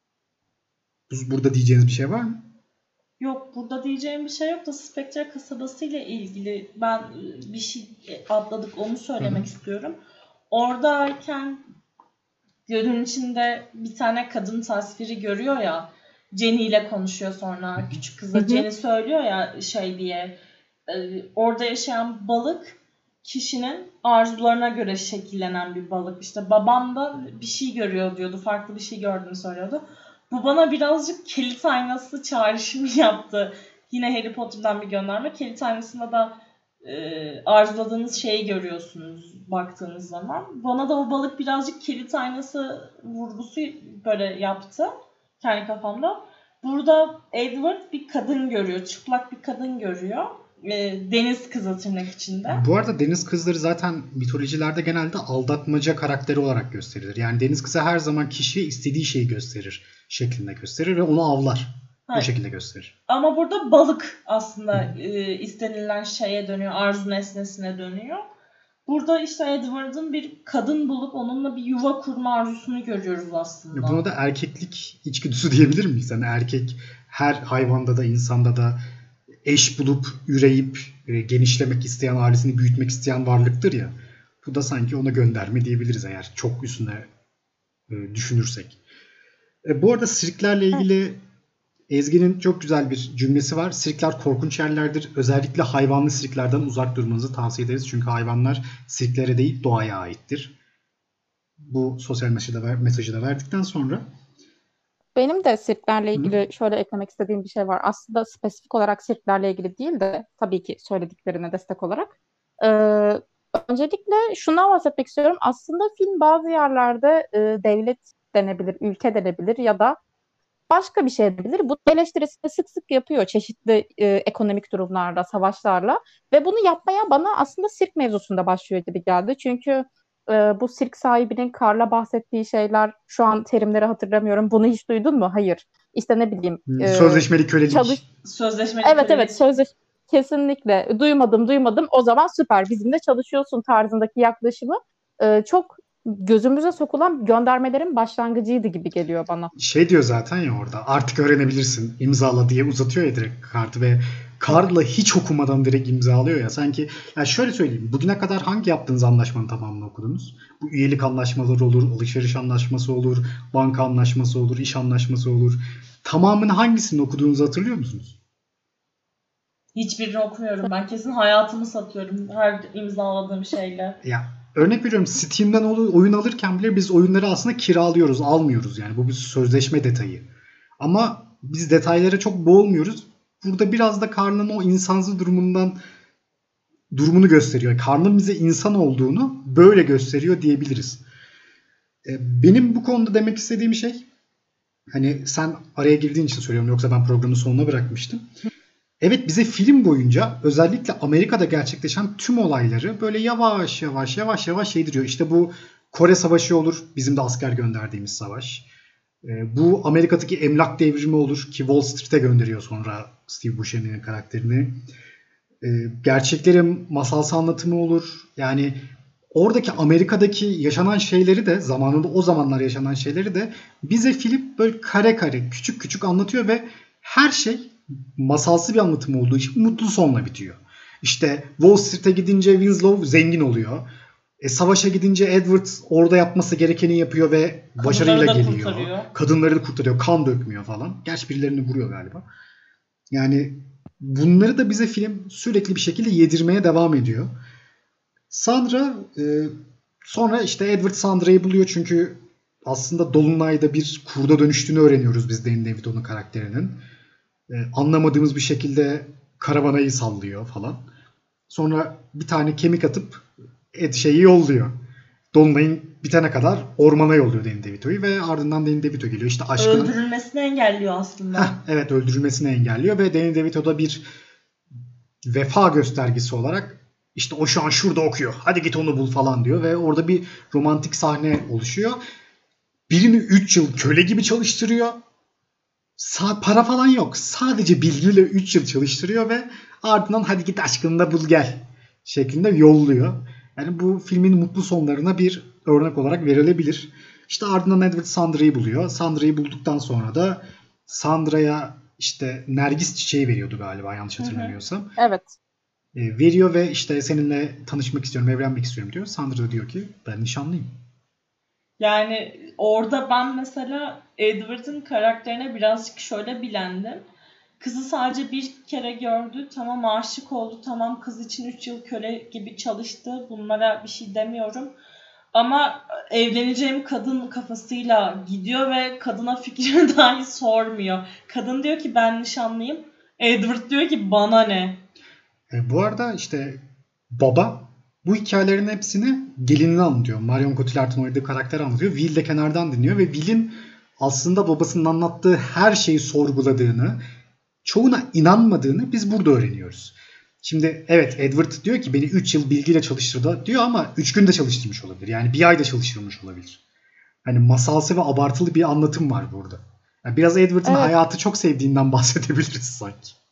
Burada diyeceğiniz bir şey var mı? Yok, burada diyeceğim bir şey yok da Spectre kasabası ile ilgili ben bir şey atladık onu söylemek Hı-hı. istiyorum. Oradayken gölün içinde bir tane kadın tasviri görüyor ya, Jenny ile konuşuyor sonra. Hı-hı. Küçük kıza Jenny söylüyor ya şey diye, orada yaşayan balık kişinin arzularına göre şekillenen bir balık. İşte babam da bir şey görüyor diyordu, farklı bir şey gördüğünü söylüyordu. Bu bana birazcık Kilit Aynası çağrışımı yaptı. Yine Harry Potter'dan bir gönderme. Kilit Aynası'nda da e, arzuladığınız şeyi görüyorsunuz baktığınız zaman. Bana da o balık birazcık Kilit Aynası vurgusu böyle yaptı kendi kafamda. Burada Edward bir kadın görüyor. Çıplak bir kadın görüyor. E, deniz kızı tırnak içinde. Bu arada deniz kızları zaten mitolojilerde genelde aldatmaca karakteri olarak gösterilir. Yani deniz kızı her zaman kişiye istediği şeyi gösterir şeklinde gösterir ve onu avlar. Evet. O şekilde gösterir. Ama burada balık aslında e, istenilen şeye dönüyor. Arzu nesnesine dönüyor. Burada işte Edward'ın bir kadın bulup onunla bir yuva kurma arzusunu görüyoruz aslında. Buna da erkeklik içgüdüsü diyebilir miyiz? Yani erkek her hayvanda da insanda da eş bulup, üreyip, e, genişlemek isteyen, ailesini büyütmek isteyen varlıktır ya. Bu da sanki ona gönderme diyebiliriz eğer çok üstüne e, düşünürsek. E, bu arada sirklerle ilgili Ezgi'nin çok güzel bir cümlesi var. Sirkler korkunç yerlerdir. Özellikle hayvanlı sirklerden uzak durmanızı tavsiye ederiz. Çünkü hayvanlar sirklere değil doğaya aittir. Bu sosyal mesajı da, ver, mesajı da verdikten sonra Benim de sirklerle Hı. ilgili şöyle eklemek istediğim bir şey var. Aslında spesifik olarak sirklerle ilgili değil de tabii ki söylediklerine destek olarak. Ee, öncelikle şundan bahsetmek istiyorum. Aslında film bazı yerlerde e, devlet denebilir, ülke denebilir ya da başka bir şey denebilir. Bu eleştirisini sık sık yapıyor çeşitli e, ekonomik durumlarla, savaşlarla. Ve bunu yapmaya bana aslında sirk mevzusunda başlıyor gibi geldi. Çünkü e, bu sirk sahibinin Karl'a bahsettiği şeyler, şu an terimleri hatırlamıyorum. Bunu hiç duydun mu? Hayır. İşte ne bileyim. E, sözleşmeli kölelik. Çalış... Sözleşmeli evet kölelik. evet sözleş kesinlikle duymadım duymadım o zaman süper bizimle çalışıyorsun tarzındaki yaklaşımı e, çok gözümüze sokulan göndermelerin başlangıcıydı gibi geliyor bana. Şey diyor zaten ya orada, artık öğrenebilirsin imzala diye uzatıyor ya direkt kartı ve Karl'la hiç okumadan direkt imzalıyor ya. Sanki ya şöyle söyleyeyim, bugüne kadar hangi yaptığınız anlaşmanın tamamını okudunuz? Bu üyelik anlaşmaları olur, alışveriş anlaşması olur, banka anlaşması olur, iş anlaşması olur. Tamamını hangisini okuduğunuzu hatırlıyor musunuz? Hiçbirini okumuyorum. Ben kesin hayatımı satıyorum her imzaladığım şeyle. Ya örnek veriyorum, Steam'den oyun alırken bile biz oyunları aslında kiralıyoruz, almıyoruz yani. Bu bir sözleşme detayı. Ama biz detaylara çok boğulmuyoruz. Burada biraz da Karl'ın o insansız durumundan durumunu gösteriyor. Karl'ın bize insan olduğunu böyle gösteriyor diyebiliriz. Benim bu konuda demek istediğim şey, hani sen araya girdiğin için söylüyorum, yoksa ben programın sonuna bırakmıştım. Evet, bize film boyunca özellikle Amerika'da gerçekleşen tüm olayları böyle yavaş yavaş yavaş yavaş yediriyor. İşte bu Kore Savaşı olur, bizim de asker gönderdiğimiz savaş. Bu Amerika'daki emlak devrimi olur ki Wall Street'e gönderiyor sonra Steve Buscemi'nin karakterini. Gerçeklerin masalsı anlatımı olur. Yani oradaki Amerika'daki yaşanan şeyleri de, zamanında o zamanlar yaşanan şeyleri de bize film böyle kare kare küçük küçük anlatıyor ve her şey masalsı bir anlatım olduğu için mutlu sonla bitiyor. İşte Wall Street'e gidince Winslow zengin oluyor. E, savaşa gidince Edward orada yapması gerekeni yapıyor ve başarıyla geliyor. Kurtarıyor. Kadınları da kurtarıyor. Kan dökmüyor falan. Gerçi birilerini vuruyor galiba. Yani bunları da bize film sürekli bir şekilde yedirmeye devam ediyor. Sandra e, sonra işte Edward Sandra'yı buluyor çünkü aslında Dolunay'da bir kurda dönüştüğünü öğreniyoruz biz Danny DeVito'nun karakterinin. E, anlamadığımız bir şekilde karavanayı sallıyor falan. Sonra bir tane kemik atıp et şeyi yolluyor. Dolunay'ın bitene kadar ormana yolluyor Danny DeVito'yu ve ardından Danny DeVito geliyor. İşte aşkını... Öldürülmesini engelliyor aslında. Heh, evet, öldürülmesini engelliyor ve Danny DeVito da bir vefa göstergesi olarak işte o şu an şurada okuyor, hadi git onu bul falan diyor ve orada bir romantik sahne oluşuyor. Birini üç yıl köle gibi çalıştırıyor. Sa- para falan yok. Sadece bilgiyle üç yıl çalıştırıyor ve ardından hadi git aşkını da bul gel şeklinde yolluyor. Yani bu filmin mutlu sonlarına bir örnek olarak verilebilir. İşte ardından Edward Sandra'yı buluyor. Sandra'yı bulduktan sonra da Sandra'ya işte Nergis çiçeği veriyordu galiba, yanlış hatırlamıyorsam. Hı hı. Evet. E, veriyor ve işte seninle tanışmak istiyorum, evlenmek istiyorum diyor. Sandra diyor ki ben nişanlıyım. Yani orada ben mesela Edward'ın karakterine birazcık şöyle bilendim. Kızı sadece bir kere gördü, tamam aşık oldu, tamam kız için üç yıl köle gibi çalıştı. Bunlara bir şey demiyorum. Ama evleneceğim kadın kafasıyla gidiyor ve kadına fikrini dahi sormuyor. Kadın diyor ki ben nişanlıyım. Edward diyor ki bana ne? E, bu arada işte baba bu hikayelerin hepsini gelinine anlatıyor. Marion Cotillard'ın oynadığı karakter anlatıyor. Will de kenardan dinliyor ve Will'in aslında babasının anlattığı her şeyi sorguladığını, çoğuna inanmadığını biz burada öğreniyoruz. Şimdi evet, Edward diyor ki beni üç yıl bilgiyle çalıştırdı diyor ama üç günde çalıştırmış olabilir. Yani bir ayda çalıştırmış olabilir. Hani masalsı ve abartılı bir anlatım var burada. Yani biraz Edward'ın evet. hayatı çok sevdiğinden bahsedebiliriz sanki.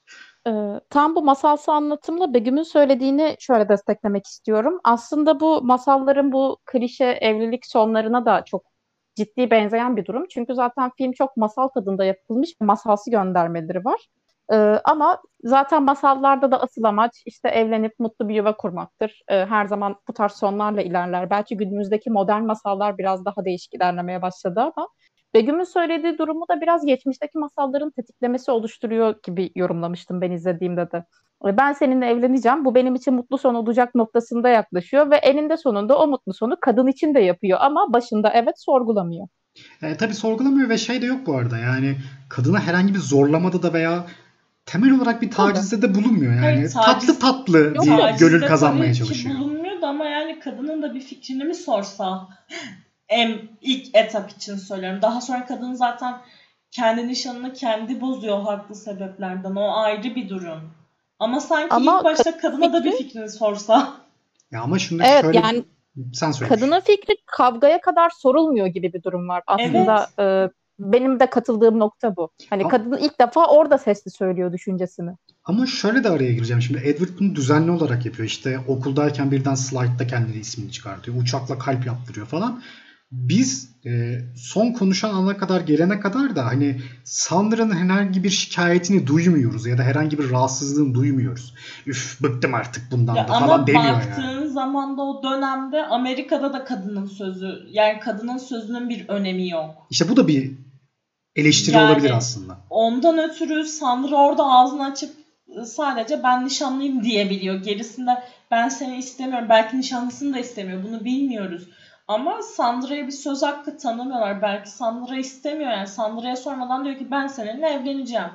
Ee, tam bu masalsı anlatımla Begüm'ün söylediğini şöyle desteklemek istiyorum. Aslında bu masalların bu klişe evlilik sonlarına da çok ciddi benzeyen bir durum. Çünkü zaten film çok masal tadında yapılmış ve masalsı göndermeleri var. Ee, ama zaten masallarda da asıl amaç işte evlenip mutlu bir yuva kurmaktır. Ee, her zaman bu tarz sonlarla ilerler. Belki günümüzdeki modern masallar biraz daha değişik ilerlemeye başladı ama Begüm'ün söylediği durumu da biraz geçmişteki masalların tetiklemesi oluşturuyor gibi yorumlamıştım ben izlediğimde de. Ben seninle evleneceğim, bu benim için mutlu son olacak noktasında yaklaşıyor ve eninde sonunda o mutlu sonu kadın için de yapıyor ama başında evet sorgulamıyor. E, tabii sorgulamıyor ve şey de yok bu arada. Yani kadına herhangi bir zorlamada da veya temel olarak bir Tabii. tacizde de bulunmuyor. Yani Hayır, taciz- tatlı tatlı Yok, bir tacizde gönül Tacizde kazanmaya tabii ki çalışıyor. bulunmuyordu ama yani kadının da bir fikrini mi sorsa, en ilk etap için söylüyorum. Daha sonra kadın zaten kendi nişanını kendi bozuyor haklı sebeplerden. O ayrı bir durum. Ama sanki Ama ilk başta kadına da bir fikri- fikrini sorsa. Ya ama şimdi Evet, şöyle yani sen söyle. kadının fikri kavgaya kadar sorulmuyor gibi bir durum var. Aslında e, benim de katıldığım nokta bu. Hani Ama- kadın ilk defa orada sesli söylüyor düşüncesini. Ama şöyle de araya gireceğim. Şimdi Edward bunu düzenli olarak yapıyor. İşte okuldayken birden slide'da kendine ismini çıkartıyor. Uçakla kalp yaptırıyor falan. Biz e, son konuşan ana kadar gelene kadar da hani Sandra'nın herhangi bir şikayetini duymuyoruz ya da herhangi bir rahatsızlığını duymuyoruz. Üf bıktım artık bundan Ya da ama falan demiyor baktığın yani. zaman da o dönemde Amerika'da da kadının sözü, yani kadının sözünün bir önemi yok. İşte bu da bir eleştiri Yani- olabilir aslında. Ondan ötürü Sandra orada ağzını açıp sadece ben nişanlıyım diyebiliyor. Gerisinde ben seni istemiyorum. Belki nişanlısını da istemiyor. Bunu bilmiyoruz. Ama Sandra'ya bir söz hakkı tanımıyorlar. Belki Sandra istemiyor. Yani Sandra'ya sormadan diyor ki ben seninle evleneceğim.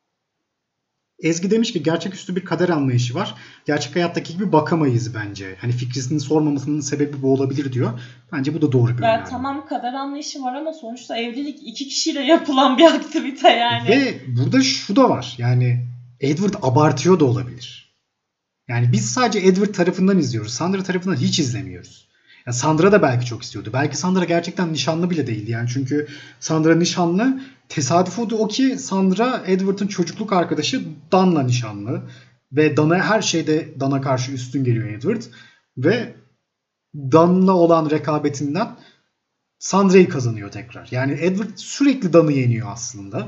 Ezgi demiş ki gerçeküstü bir kader anlayışı var. Gerçek hayattaki gibi bakamayız bence. Hani fikrisini sormamasının sebebi bu olabilir diyor. Bence bu da doğru bir Yani önerme. tamam kader anlayışı var ama sonuçta evlilik iki kişiyle yapılan bir aktivite yani. Ve burada şu da var. Yani Edward abartıyor da olabilir. Yani biz sadece Edward tarafından izliyoruz. Sandra tarafından hiç izlemiyoruz. Ya Sandra da belki çok istiyordu. Belki Sandra gerçekten nişanlı bile değildi. Yani çünkü Sandra nişanlı. Tesadüf oldu o ki Sandra Edward'ın çocukluk arkadaşı Dan'la nişanlı. Ve Dan'a her şeyde Dan'a karşı üstün geliyor Edward. Ve Dan'la olan rekabetinden Sandra'yı kazanıyor tekrar. Yani Edward sürekli Dan'ı yeniyor aslında.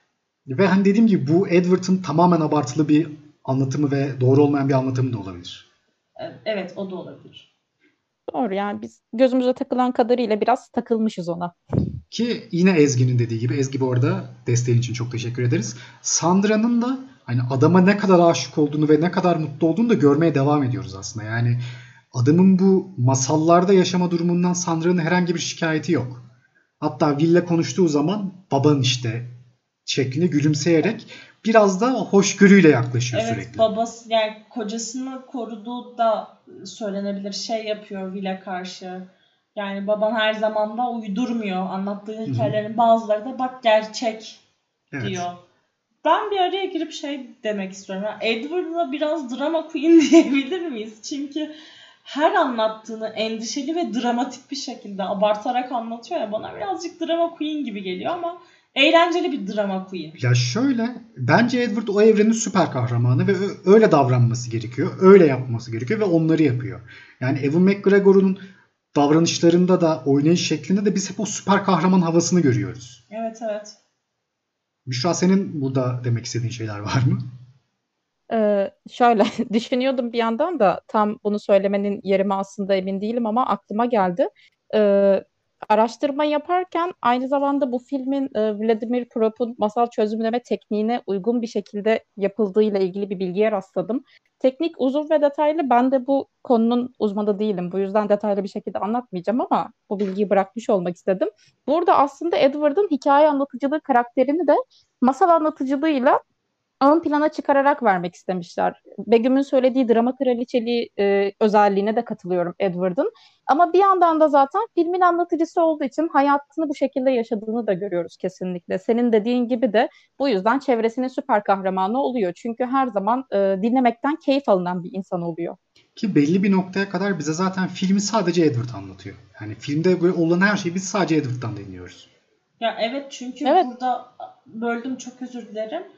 Ve hani dediğim gibi bu Edward'ın tamamen abartılı bir anlatımı ve doğru olmayan bir anlatımı da olabilir. Evet o da olabilir. Doğru, yani biz gözümüze takılan kadarıyla biraz takılmışız ona. Ki yine Ezgi'nin dediği gibi, Ezgi bu arada desteğin için çok teşekkür ederiz. Sandra'nın da hani adama ne kadar aşık olduğunu ve ne kadar mutlu olduğunu da görmeye devam ediyoruz aslında. Yani adamın bu masallarda yaşama durumundan Sandra'nın herhangi bir şikayeti yok. Hatta Will'le konuştuğu zaman baban işte şeklinde gülümseyerek biraz da hoşgörüyle yaklaşıyor Evet sürekli. babası yani kocasını koruduğu da söylenebilir, şey yapıyor Will'e karşı. Yani baban her zaman da uydurmuyor. Anlattığı hikayelerin bazıları da bak gerçek Evet. diyor. Ben bir araya girip şey demek istiyorum. Yani Edward'a biraz drama queen diyebilir miyiz? Çünkü her anlattığını endişeli ve dramatik bir şekilde abartarak anlatıyor ya, bana birazcık drama queen gibi geliyor ama eğlenceli bir drama queen. Ya şöyle, bence Edward o evrenin süper kahramanı ve ö- öyle davranması gerekiyor. Öyle yapması gerekiyor ve onları yapıyor. Yani Ewan McGregor'un davranışlarında da oynayış şeklinde de biz hep o süper kahraman havasını görüyoruz. Evet evet. Büşra, senin burada demek istediğin şeyler var mı? Ee, şöyle düşünüyordum bir yandan da tam bunu söylemenin yeri mi aslında emin değilim ama aklıma geldi. Ee, araştırma yaparken aynı zamanda bu filmin e, Vladimir Prop'un masal çözümleme tekniğine uygun bir şekilde yapıldığıyla ilgili bir bilgiye rastladım. Teknik uzun ve detaylı. Ben de bu konunun uzmanı değilim. Bu yüzden detaylı bir şekilde anlatmayacağım ama bu bilgiyi bırakmış olmak istedim. Burada aslında Edward'ın hikaye anlatıcılığı karakterini de masal anlatıcılığıyla ön plana çıkararak vermek istemişler. Begüm'ün söylediği drama kraliçeliği e, özelliğine de katılıyorum Edward'ın. Ama bir yandan da zaten filmin anlatıcısı olduğu için hayatını bu şekilde yaşadığını da görüyoruz kesinlikle. Senin dediğin gibi de bu yüzden çevresinin süper kahramanı oluyor. Çünkü her zaman e, dinlemekten keyif alınan bir insan oluyor. Ki belli bir noktaya kadar bize zaten filmi sadece Edward anlatıyor. Yani filmde böyle olan her şeyi biz sadece Edward'dan dinliyoruz. Ya evet çünkü Evet. burada böldüm çok özür dilerim.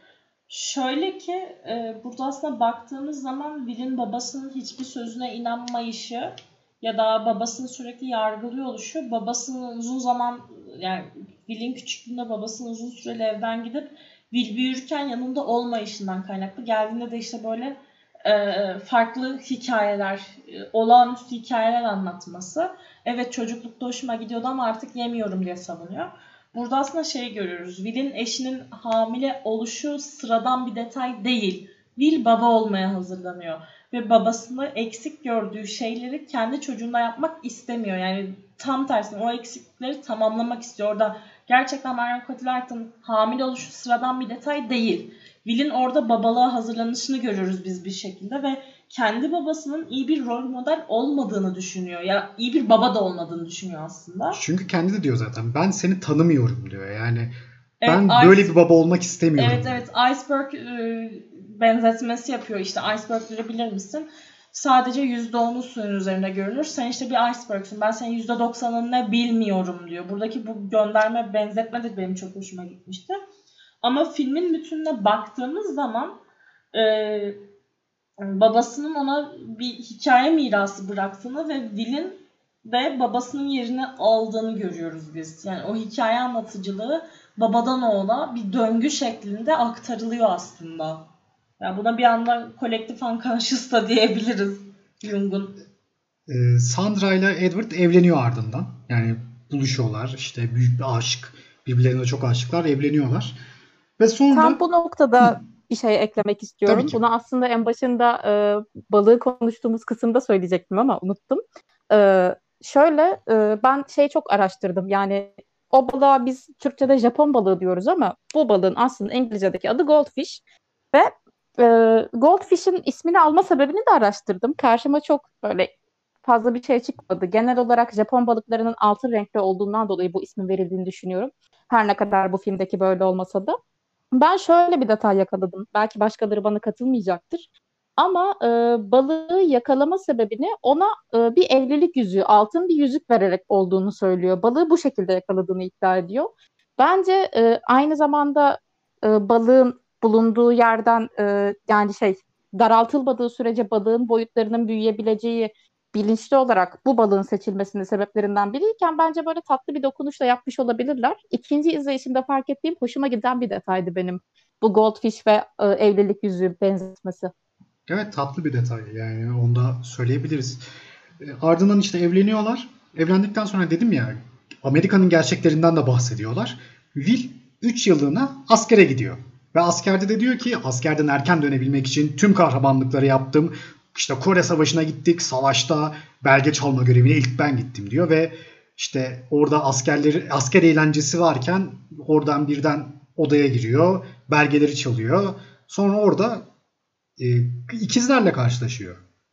Şöyle ki e, burada aslında baktığımız zaman Will'in babasının hiçbir sözüne inanmayışı ya da babasını sürekli yargılıyor oluşu, babasının uzun zaman, yani Will'in küçüklüğünde babasının uzun süreli evden gidip Will büyürken yanında olmayışından kaynaklı. Geldiğinde de işte böyle e, farklı hikayeler, e, olağanüstü hikayeler anlatması. Evet, çocuklukta hoşuma gidiyordu ama artık yemiyorum diye savunuyor. Burada aslında şey görüyoruz. Will'in eşinin hamile oluşu sıradan bir detay değil. Will baba olmaya hazırlanıyor. Ve babasını eksik gördüğü şeyleri kendi çocuğunda yapmak istemiyor. Yani tam tersine o eksiklikleri tamamlamak istiyor. Orada gerçekten Marion Cotillard'ın hamile oluşu sıradan bir detay değil. Will'in orada babalığa hazırlanışını görüyoruz biz bir şekilde ve kendi babasının iyi bir rol model olmadığını düşünüyor. Ya iyi bir baba da olmadığını düşünüyor aslında. Çünkü kendi de diyor zaten, ben seni tanımıyorum diyor. Yani Evet, ben ice- böyle bir baba olmak istemiyorum. Evet evet, iceberg e, benzetmesi yapıyor. İşte icebergleri bilir misin? Sadece yüzde onu suyun üzerinde görünür. Sen işte bir icebergsin. Ben senin yüzde doksanını ne bilmiyorum diyor. Buradaki bu gönderme, benzetme de benim çok hoşuma gitmişti. Ama filmin bütününe baktığımız zaman e, babasının ona bir hikaye mirası bıraktığını ve Will'in de babasının yerini aldığını görüyoruz biz. Yani o hikaye anlatıcılığı babadan oğula bir döngü şeklinde aktarılıyor aslında. Yani buna bir anda kolektif unconscious da diyebiliriz Jung'un. Ee, Sandra ile Edward evleniyor ardından. Yani buluşuyorlar. İşte büyük bir aşk. Birbirlerine çok aşıklar. Evleniyorlar. Ve sonra... Tam bu noktada bir şey eklemek istiyorum. Tabii ki. Bunu aslında en başında e, balığı konuştuğumuz kısımda söyleyecektim ama unuttum. E, şöyle e, ben şeyi çok araştırdım. Yani o balığa biz Türkçe'de Japon balığı diyoruz ama bu balığın aslında İngilizce'deki adı goldfish. Ve e, goldfish'in ismini alma sebebini de araştırdım. Karşıma çok böyle fazla bir şey çıkmadı. Genel olarak Japon balıklarının altın renkli olduğundan dolayı bu ismin verildiğini düşünüyorum. Her ne kadar bu filmdeki böyle olmasa da. Ben şöyle bir detay yakaladım. Belki başkaları bana katılmayacaktır. Ama e, balığı yakalama sebebini ona e, bir evlilik yüzüğü, altın bir yüzük vererek olduğunu söylüyor. Balığı bu şekilde yakaladığını iddia ediyor. Bence e, aynı zamanda e, balığın bulunduğu yerden e, yani şey daraltılmadığı sürece balığın boyutlarının büyüyebileceği bilinçli olarak bu balığın seçilmesinin sebeplerinden biriyken bence böyle tatlı bir dokunuşla yapmış olabilirler. İkinci izleyişimde fark ettiğim hoşuma giden bir detaydı benim. Bu goldfish ve e, evlilik yüzüğü benzetmesi. Evet, tatlı bir detay. Yani onu da söyleyebiliriz. E, ardından işte evleniyorlar. Evlendikten sonra dedim ya, Amerika'nın gerçeklerinden de bahsediyorlar. Will üç yıllığına askere gidiyor. Ve askerde de diyor ki askerden erken dönebilmek için tüm kahramanlıkları yaptım. İşte Kore Savaşı'na gittik. Savaşta belge çalma görevine ilk ben gittim diyor. Ve işte orada askerleri, asker eğlencesi varken oradan birden odaya giriyor. Belgeleri çalıyor. Sonra orada e, ikizlerle karşılaşıyor.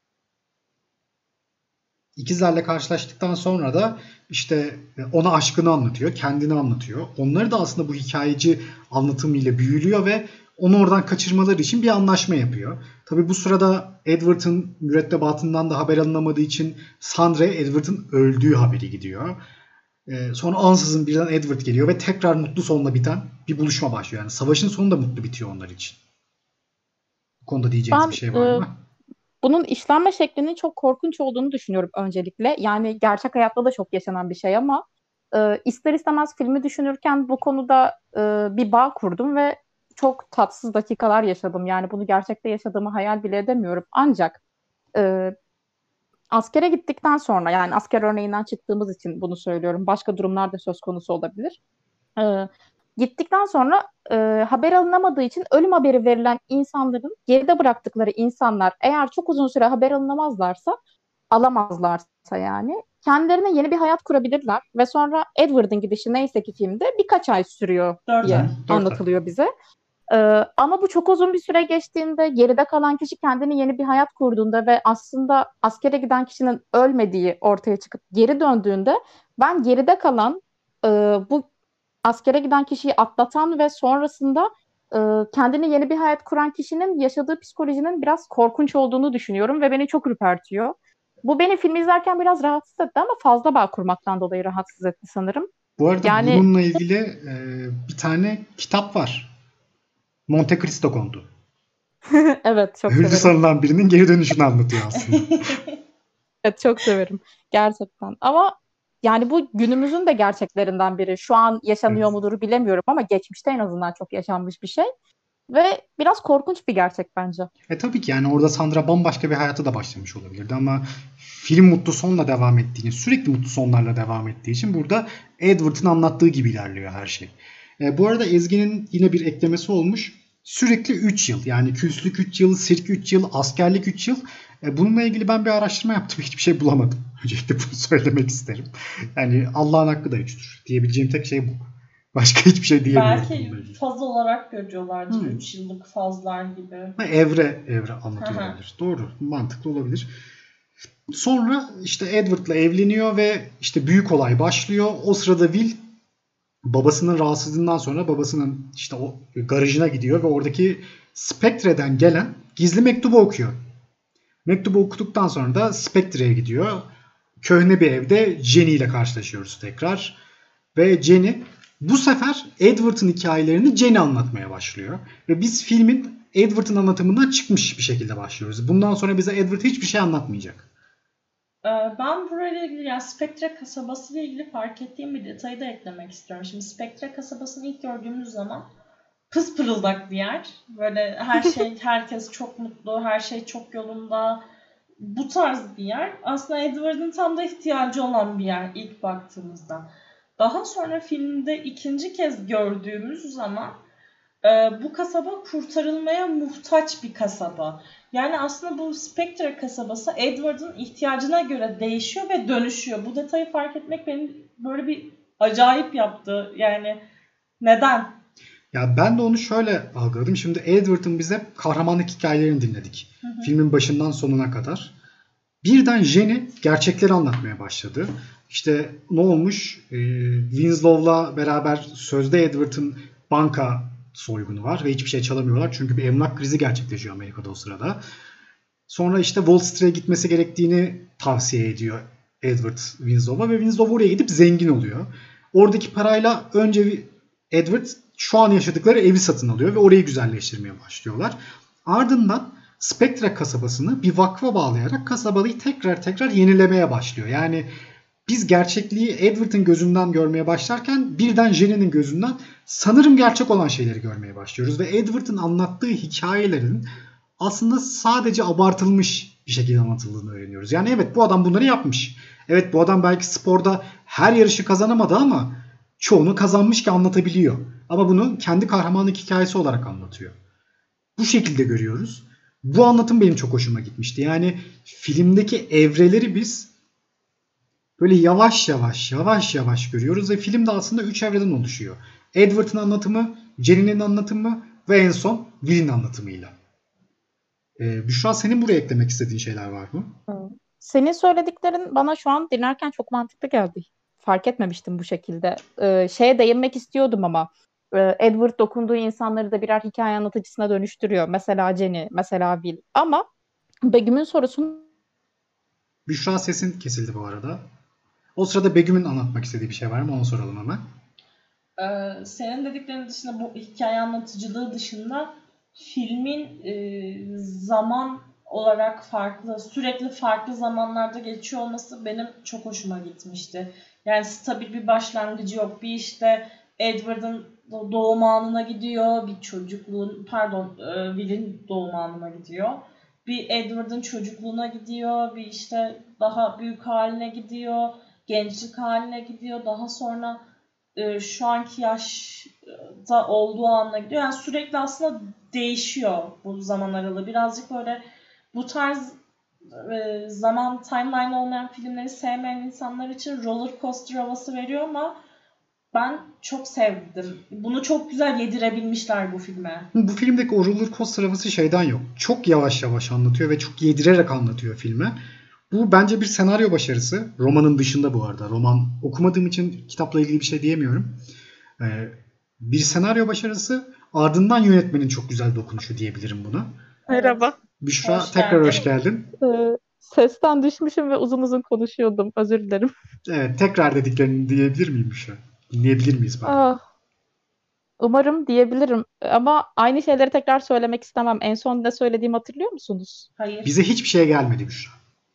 İkizlerle karşılaştıktan sonra da işte ona aşkını anlatıyor, kendini anlatıyor. Onları da aslında bu hikayeci anlatımıyla büyülüyor ve onu oradan kaçırmaları için bir anlaşma yapıyor. Tabii bu sırada Edward'ın mürettebatından da haber alınamadığı için Sandra'ya Edward'ın öldüğü haberi gidiyor. Ee, sonra ansızın birden Edward geliyor ve tekrar mutlu sonla biten bir buluşma başlıyor. Yani savaşın sonu da mutlu bitiyor onlar için. Bu konuda diyeceğiniz Ben bir şey var e, mı? bunun işlenme şeklinin çok korkunç olduğunu düşünüyorum öncelikle. Yani gerçek hayatta da çok yaşanan bir şey ama e, ister istemez filmi düşünürken bu konuda e, bir bağ kurdum ve çok tatsız dakikalar yaşadım. Yani bunu gerçekte yaşadığımı hayal bile edemiyorum. Ancak e, askere gittikten sonra, yani asker örneğinden çıktığımız için bunu söylüyorum. Başka durumlar da söz konusu olabilir. Ee, gittikten sonra e, haber alınamadığı için ölüm haberi verilen insanların geride bıraktıkları insanlar eğer çok uzun süre haber alınamazlarsa, alamazlarsa yani kendilerine yeni bir hayat kurabilirler ve sonra Edward'ın gidişi neyse ki filmde birkaç ay sürüyor Dört diye ay. Dört ay. anlatılıyor bize. Ee, ama bu çok uzun bir süre geçtiğinde, geride kalan kişi kendine yeni bir hayat kurduğunda ve aslında askere giden kişinin ölmediği ortaya çıkıp geri döndüğünde ben geride kalan e, bu askere giden kişiyi atlatan ve sonrasında e, kendine yeni bir hayat kuran kişinin yaşadığı psikolojinin biraz korkunç olduğunu düşünüyorum ve beni çok ürpertiyor. Bu beni film izlerken biraz rahatsız etti ama fazla bağ kurmaktan dolayı rahatsız etti sanırım. Bu arada Yani bununla ilgili e, bir tane kitap var. Monte Cristo kondu. Evet, çok Hırsız severim. sanılan birinin geri dönüşünü anlatıyor aslında. Evet, çok severim. Gerçekten. Ama yani bu günümüzün de gerçeklerinden biri. Şu an yaşanıyor Evet. mudur bilemiyorum ama geçmişte en azından çok yaşanmış bir şey. Ve biraz korkunç bir gerçek bence. E tabii ki yani orada Sandra bambaşka bir hayata da başlamış olabilirdi ama film mutlu sonla devam ettiğini, sürekli mutlu sonlarla devam ettiği için burada Edward'ın anlattığı gibi ilerliyor her şey. E, bu arada Ezgi'nin yine bir eklemesi olmuş. Sürekli üç yıl, yani küslük üç yıl, sirk üç yıl, askerlik üç yıl. E, bununla ilgili ben bir araştırma yaptım. Hiçbir şey bulamadım. Öncelikle bunu söylemek isterim. Yani Allah'ın hakkı da üçtür. Diyebileceğim tek şey bu. Başka hiçbir şey diyemiyorum bununla Belki ilgili. faz olarak görüyorlardır. Hmm. üç yıllık fazlar gibi. Ha, Evre evre anlatıyor Hı hı. olabilir. Doğru. Mantıklı olabilir. Sonra işte Edward'la evleniyor ve işte büyük olay başlıyor. O sırada Will babasının rahatsızlığından sonra babasının işte o garajına gidiyor ve oradaki Spectre'den gelen gizli mektubu okuyor. Mektubu okuduktan sonra da Spectre'ye gidiyor. Köhne bir evde Jenny ile karşılaşıyoruz tekrar. Ve Jenny bu sefer Edward'ın hikayelerini Jenny anlatmaya başlıyor. Ve biz filmin Edward'ın anlatımından çıkmış bir şekilde başlıyoruz. Bundan sonra bize Edward hiçbir şey anlatmayacak. Ee, Ben burayla ilgili, yani Spectre kasabası ile ilgili fark ettiğim bir detayı da eklemek istiyorum. Şimdi Spectre kasabasını ilk gördüğümüz zaman pıspırıldak bir yer. Böyle her şey, herkes çok mutlu, her şey çok yolunda. Bu tarz bir yer. Aslında Edward'ın tam da ihtiyacı olan bir yer ilk baktığımızda. Daha sonra filmde ikinci kez gördüğümüz zaman e, bu kasaba kurtarılmaya muhtaç bir kasaba. Yani aslında bu Spectre kasabası Edward'ın ihtiyacına göre değişiyor ve dönüşüyor. Bu detayı fark etmek beni böyle bir acayip yaptı. Yani neden? Ya ben de onu şöyle algıladım. Şimdi Edward'ın bize kahramanlık hikayelerini dinledik. Hı hı. Filmin başından sonuna kadar. Birden Jenny gerçekleri anlatmaya başladı. İşte ne olmuş? Ee, Winslow'la beraber sözde Edward'ın banka soygunu var ve hiçbir şey çalamıyorlar. Çünkü bir emlak krizi gerçekleşiyor Amerika'da o sırada. Sonra işte Wall Street'e gitmesi gerektiğini tavsiye ediyor Edward Winslow'a ve Winslow oraya gidip zengin oluyor. Oradaki parayla önce Edward şu an yaşadıkları evi satın alıyor ve orayı güzelleştirmeye başlıyorlar. Ardından Spectre kasabasını bir vakfa bağlayarak kasabayı tekrar tekrar yenilemeye başlıyor. Yani biz gerçekliği Edward'ın gözünden görmeye başlarken birden Jenny'nin gözünden sanırım gerçek olan şeyleri görmeye başlıyoruz. Ve Edward'ın anlattığı hikayelerin aslında sadece abartılmış bir şekilde anlatıldığını öğreniyoruz. Yani evet bu adam bunları yapmış. Evet bu adam belki sporda her yarışı kazanamadı ama çoğunu kazanmış ki anlatabiliyor. Ama bunu kendi kahramanlık hikayesi olarak anlatıyor. Bu şekilde görüyoruz. Bu anlatım benim çok hoşuma gitmişti. Yani filmdeki evreleri biz böyle yavaş yavaş yavaş yavaş görüyoruz ve film de aslında üç evreden oluşuyor. Edward'ın anlatımı, Jenny'nin anlatımı ve en son Will'in anlatımıyla. Ee, Büşra senin buraya eklemek istediğin şeyler var mı? Senin söylediklerin bana şu an dinlerken çok mantıklı geldi. Fark etmemiştim bu şekilde. Ee, şeye değinmek istiyordum ama e, Edward dokunduğu insanları da birer hikaye anlatıcısına dönüştürüyor. Mesela Jenny, mesela Will. Ama Begüm'ün sorusunu Büşra sesin kesildi bu arada. O sırada Begüm'ün anlatmak istediği bir şey var mı? Onu soralım hemen. Ee, senin dediklerinin dışında, bu hikaye anlatıcılığı dışında filmin e, zaman olarak farklı, sürekli farklı zamanlarda geçiyor olması benim çok hoşuma gitmişti. Yani stabil bir başlangıcı yok. Bir işte Edward'ın doğum anına gidiyor, bir çocukluğun, pardon, e, Will'in doğum anına gidiyor. Bir Edward'ın çocukluğuna gidiyor, bir işte daha büyük haline gidiyor, gençlik haline gidiyor, daha sonra e, şu anki yaşta olduğu anına gidiyor. Yani sürekli aslında değişiyor bu zaman aralığı. Birazcık böyle bu tarz e, zaman timeline olmayan filmleri sevmeyen insanlar için roller coaster havası veriyor ama ben çok sevdim. Bunu çok güzel yedirebilmişler bu filme. Bu filmdeki o roller coaster havası şeyden yok. Çok yavaş yavaş anlatıyor ve çok yedirerek anlatıyor filme. Bu bence bir senaryo başarısı. Romanın dışında bu arada. Roman okumadığım için kitapla ilgili bir şey diyemiyorum. Ee, bir senaryo başarısı, ardından yönetmenin çok güzel dokunuşu diyebilirim buna. Merhaba. Büşra Hoş tekrar geldin. hoş geldin. Ee, sesten düşmüşüm ve uzun uzun konuşuyordum. Özür dilerim. Evet, tekrar dediklerini diyebilir miyim Büşra? Dinleyebilir miyiz bari? Ah, Umarım diyebilirim. Ama aynı şeyleri tekrar söylemek istemem. En son ne söylediğimi hatırlıyor musunuz? Hayır. Bize hiçbir şey gelmedi Büşra.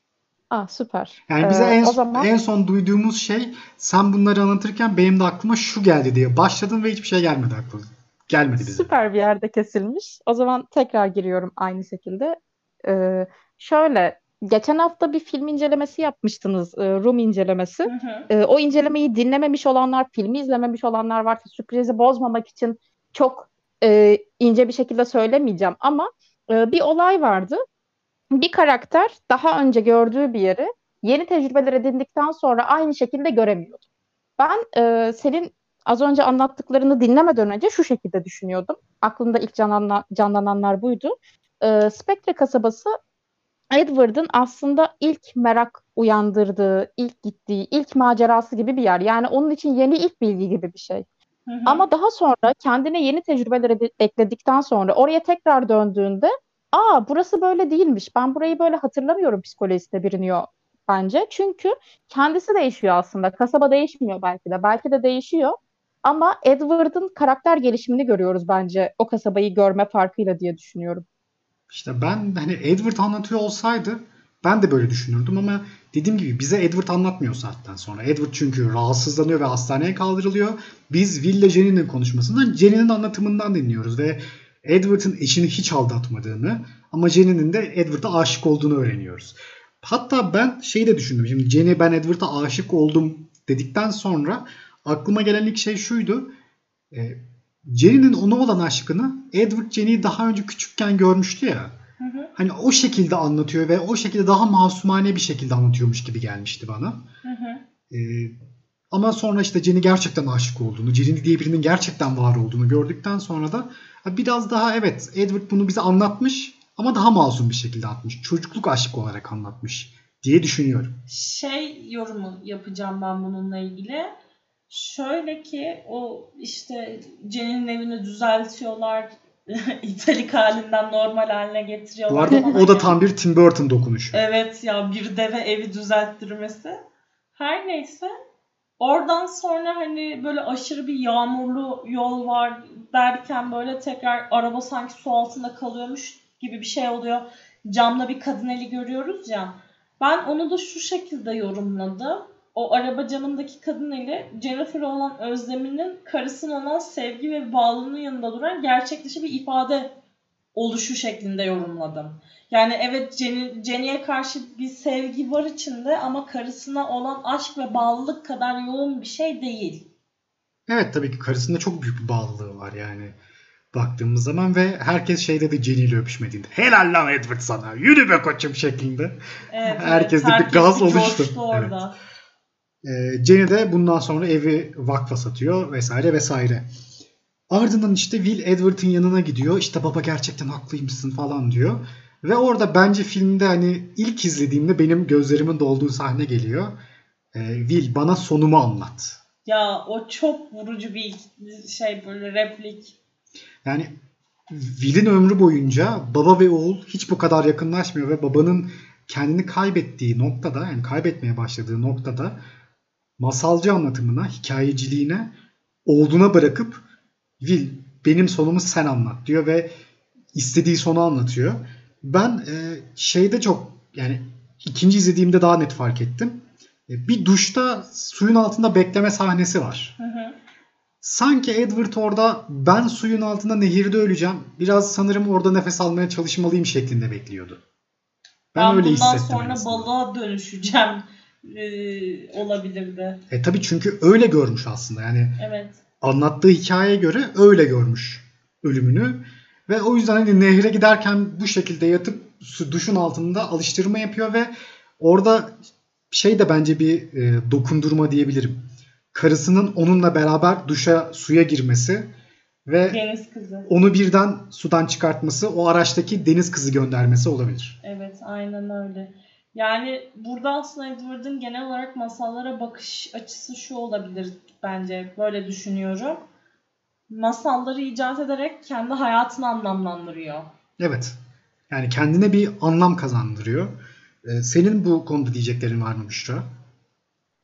Ah, süper. Yani bize Ee, en o zaman en son duyduğumuz şey sen bunları anlatırken benim de aklıma şu geldi diye başladın ve hiçbir şey gelmedi aklıma. Gelmedi bize. süper bir yerde kesilmiş. O zaman tekrar giriyorum aynı şekilde. Ee, şöyle, geçen hafta bir film incelemesi yapmıştınız, e, Room incelemesi. Hı hı. Ee, o incelemeyi dinlememiş olanlar, filmi izlememiş olanlar varsa sürprizi bozmamak için çok e, ince bir şekilde söylemeyeceğim. Ama e, bir olay vardı. Bir karakter daha önce gördüğü bir yeri yeni tecrübeler edindikten sonra aynı şekilde göremiyordu. Ben e, senin az önce anlattıklarını dinlemeden önce şu şekilde düşünüyordum. Aklımda ilk canlanan, canlananlar buydu. E, Spectre kasabası Edward'ın aslında ilk merak uyandırdığı, ilk gittiği, ilk macerası gibi bir yer. Yani onun için yeni ilk bilgi gibi bir şey. Hı hı. Ama daha sonra kendine yeni tecrübeler ede- ekledikten sonra oraya tekrar döndüğünde, aa burası böyle değilmiş. Ben burayı böyle hatırlamıyorum psikolojisine bürünüyor bence. Çünkü kendisi değişiyor aslında. Kasaba değişmiyor belki de. Belki de değişiyor. Ama Edward'ın karakter gelişimini görüyoruz bence o kasabayı görme farkıyla diye düşünüyorum. İşte ben hani Edward anlatıyor olsaydı ben de böyle düşünürdüm ama dediğim gibi bize Edward anlatmıyor saatten sonra. Edward çünkü rahatsızlanıyor ve hastaneye kaldırılıyor. Biz Will ile Jenny'nin konuşmasından, Jenny'nin anlatımından dinliyoruz ve Edward'ın eşini hiç aldatmadığını ama Jenny'nin de Edward'a aşık olduğunu öğreniyoruz. Hatta ben şeyi de düşündüm. Şimdi Jenny ben Edward'a aşık oldum dedikten sonra aklıma gelen ilk şey şuydu. E, Jenny'nin ona olan aşkını Edward Jenny'yi daha önce küçükken görmüştü ya. Hı hı. Hani o şekilde anlatıyor ve o şekilde daha masumane bir şekilde anlatıyormuş gibi gelmişti bana. Hı hı. Ee, ama sonra işte Jenny gerçekten aşık olduğunu, Jenny diye birinin gerçekten var olduğunu gördükten sonra da biraz daha evet Edward bunu bize anlatmış ama daha masum bir şekilde anlatmış. Çocukluk aşkı olarak anlatmış diye düşünüyorum. Şey yorumu yapacağım ben bununla ilgili. Şöyle ki o işte Jenny'nin evini düzeltiyorlar. İtalik halinden normal haline Bu getiriyorlar arada falan o da ya. tam bir Tim Burton dokunuşu. Evet ya, bir deve evi düzelttirmesi. Her neyse. Oradan sonra hani böyle aşırı bir yağmurlu yol var derken böyle tekrar araba sanki su altında kalıyormuş gibi bir şey oluyor. Camda bir kadın eli görüyoruz ya. Ben onu da şu şekilde yorumladım. O araba camındaki kadın eli Jennifer'a olan özleminin karısına olan sevgi ve bağlılığının yanında duran gerçek dışı bir ifade oluşu şeklinde yorumladım. Yani evet Jenny, Jenny'e karşı bir sevgi var içinde ama karısına olan aşk ve bağlılık kadar yoğun bir şey değil. Evet tabii ki karısında çok büyük bir bağlılığı var yani baktığımız zaman ve herkes şey dedi Jenny ile öpüşmediğinde. Helal lan Edward sana. Yürü be koçum şeklinde. Evet, Herkeste evet, bir gaz bir oluştu. coştu orada. Evet. Ee, Jenny de bundan sonra evi vakfa satıyor vesaire vesaire. Ardından işte Will Edward'ın yanına gidiyor. İşte baba gerçekten haklıymışsın falan diyor. Ve orada bence filmde hani ilk izlediğimde benim gözlerimin dolduğu sahne geliyor. Ee, Will bana sonumu anlat. Ya o çok vurucu bir şey, böyle replik. Yani Will'in ömrü boyunca baba ve oğul hiç bu kadar yakınlaşmıyor ve babanın kendini kaybettiği noktada, yani kaybetmeye başladığı noktada masalcı anlatımına, hikayeciliğine, oğluna bırakıp Will benim sonumu sen anlat diyor ve istediği sonu anlatıyor. Ben e, şeyde çok yani ikinci izlediğimde daha net fark ettim. E, bir duşta suyun altında bekleme sahnesi var. Hı hı. Sanki Edward orada ben suyun altında nehirde öleceğim. Biraz sanırım orada nefes almaya çalışmalıyım şeklinde bekliyordu. Ben, Ben öyle bundan hissettim en sonra azından. balığa dönüşeceğim ee, olabilirdi. E tabii çünkü öyle görmüş aslında. Yani Evet. anlattığı hikayeye göre öyle görmüş ölümünü. Ve o yüzden hani nehre giderken bu şekilde yatıp su, duşun altında alıştırma yapıyor ve orada şey de bence bir e, dokundurma diyebilirim. Karısının onunla beraber duşa suya girmesi ve Deniz kızı. onu birden sudan çıkartması, o araçtaki deniz kızı göndermesi olabilir. Evet, aynen öyle. Yani burada aslında Edward'ın genel olarak masallara bakış açısı şu olabilir bence. Böyle düşünüyorum. Masalları icat ederek kendi hayatını anlamlandırıyor. Evet. Yani kendine bir anlam kazandırıyor. Ee, senin bu konuda diyeceklerin var mı Büşra?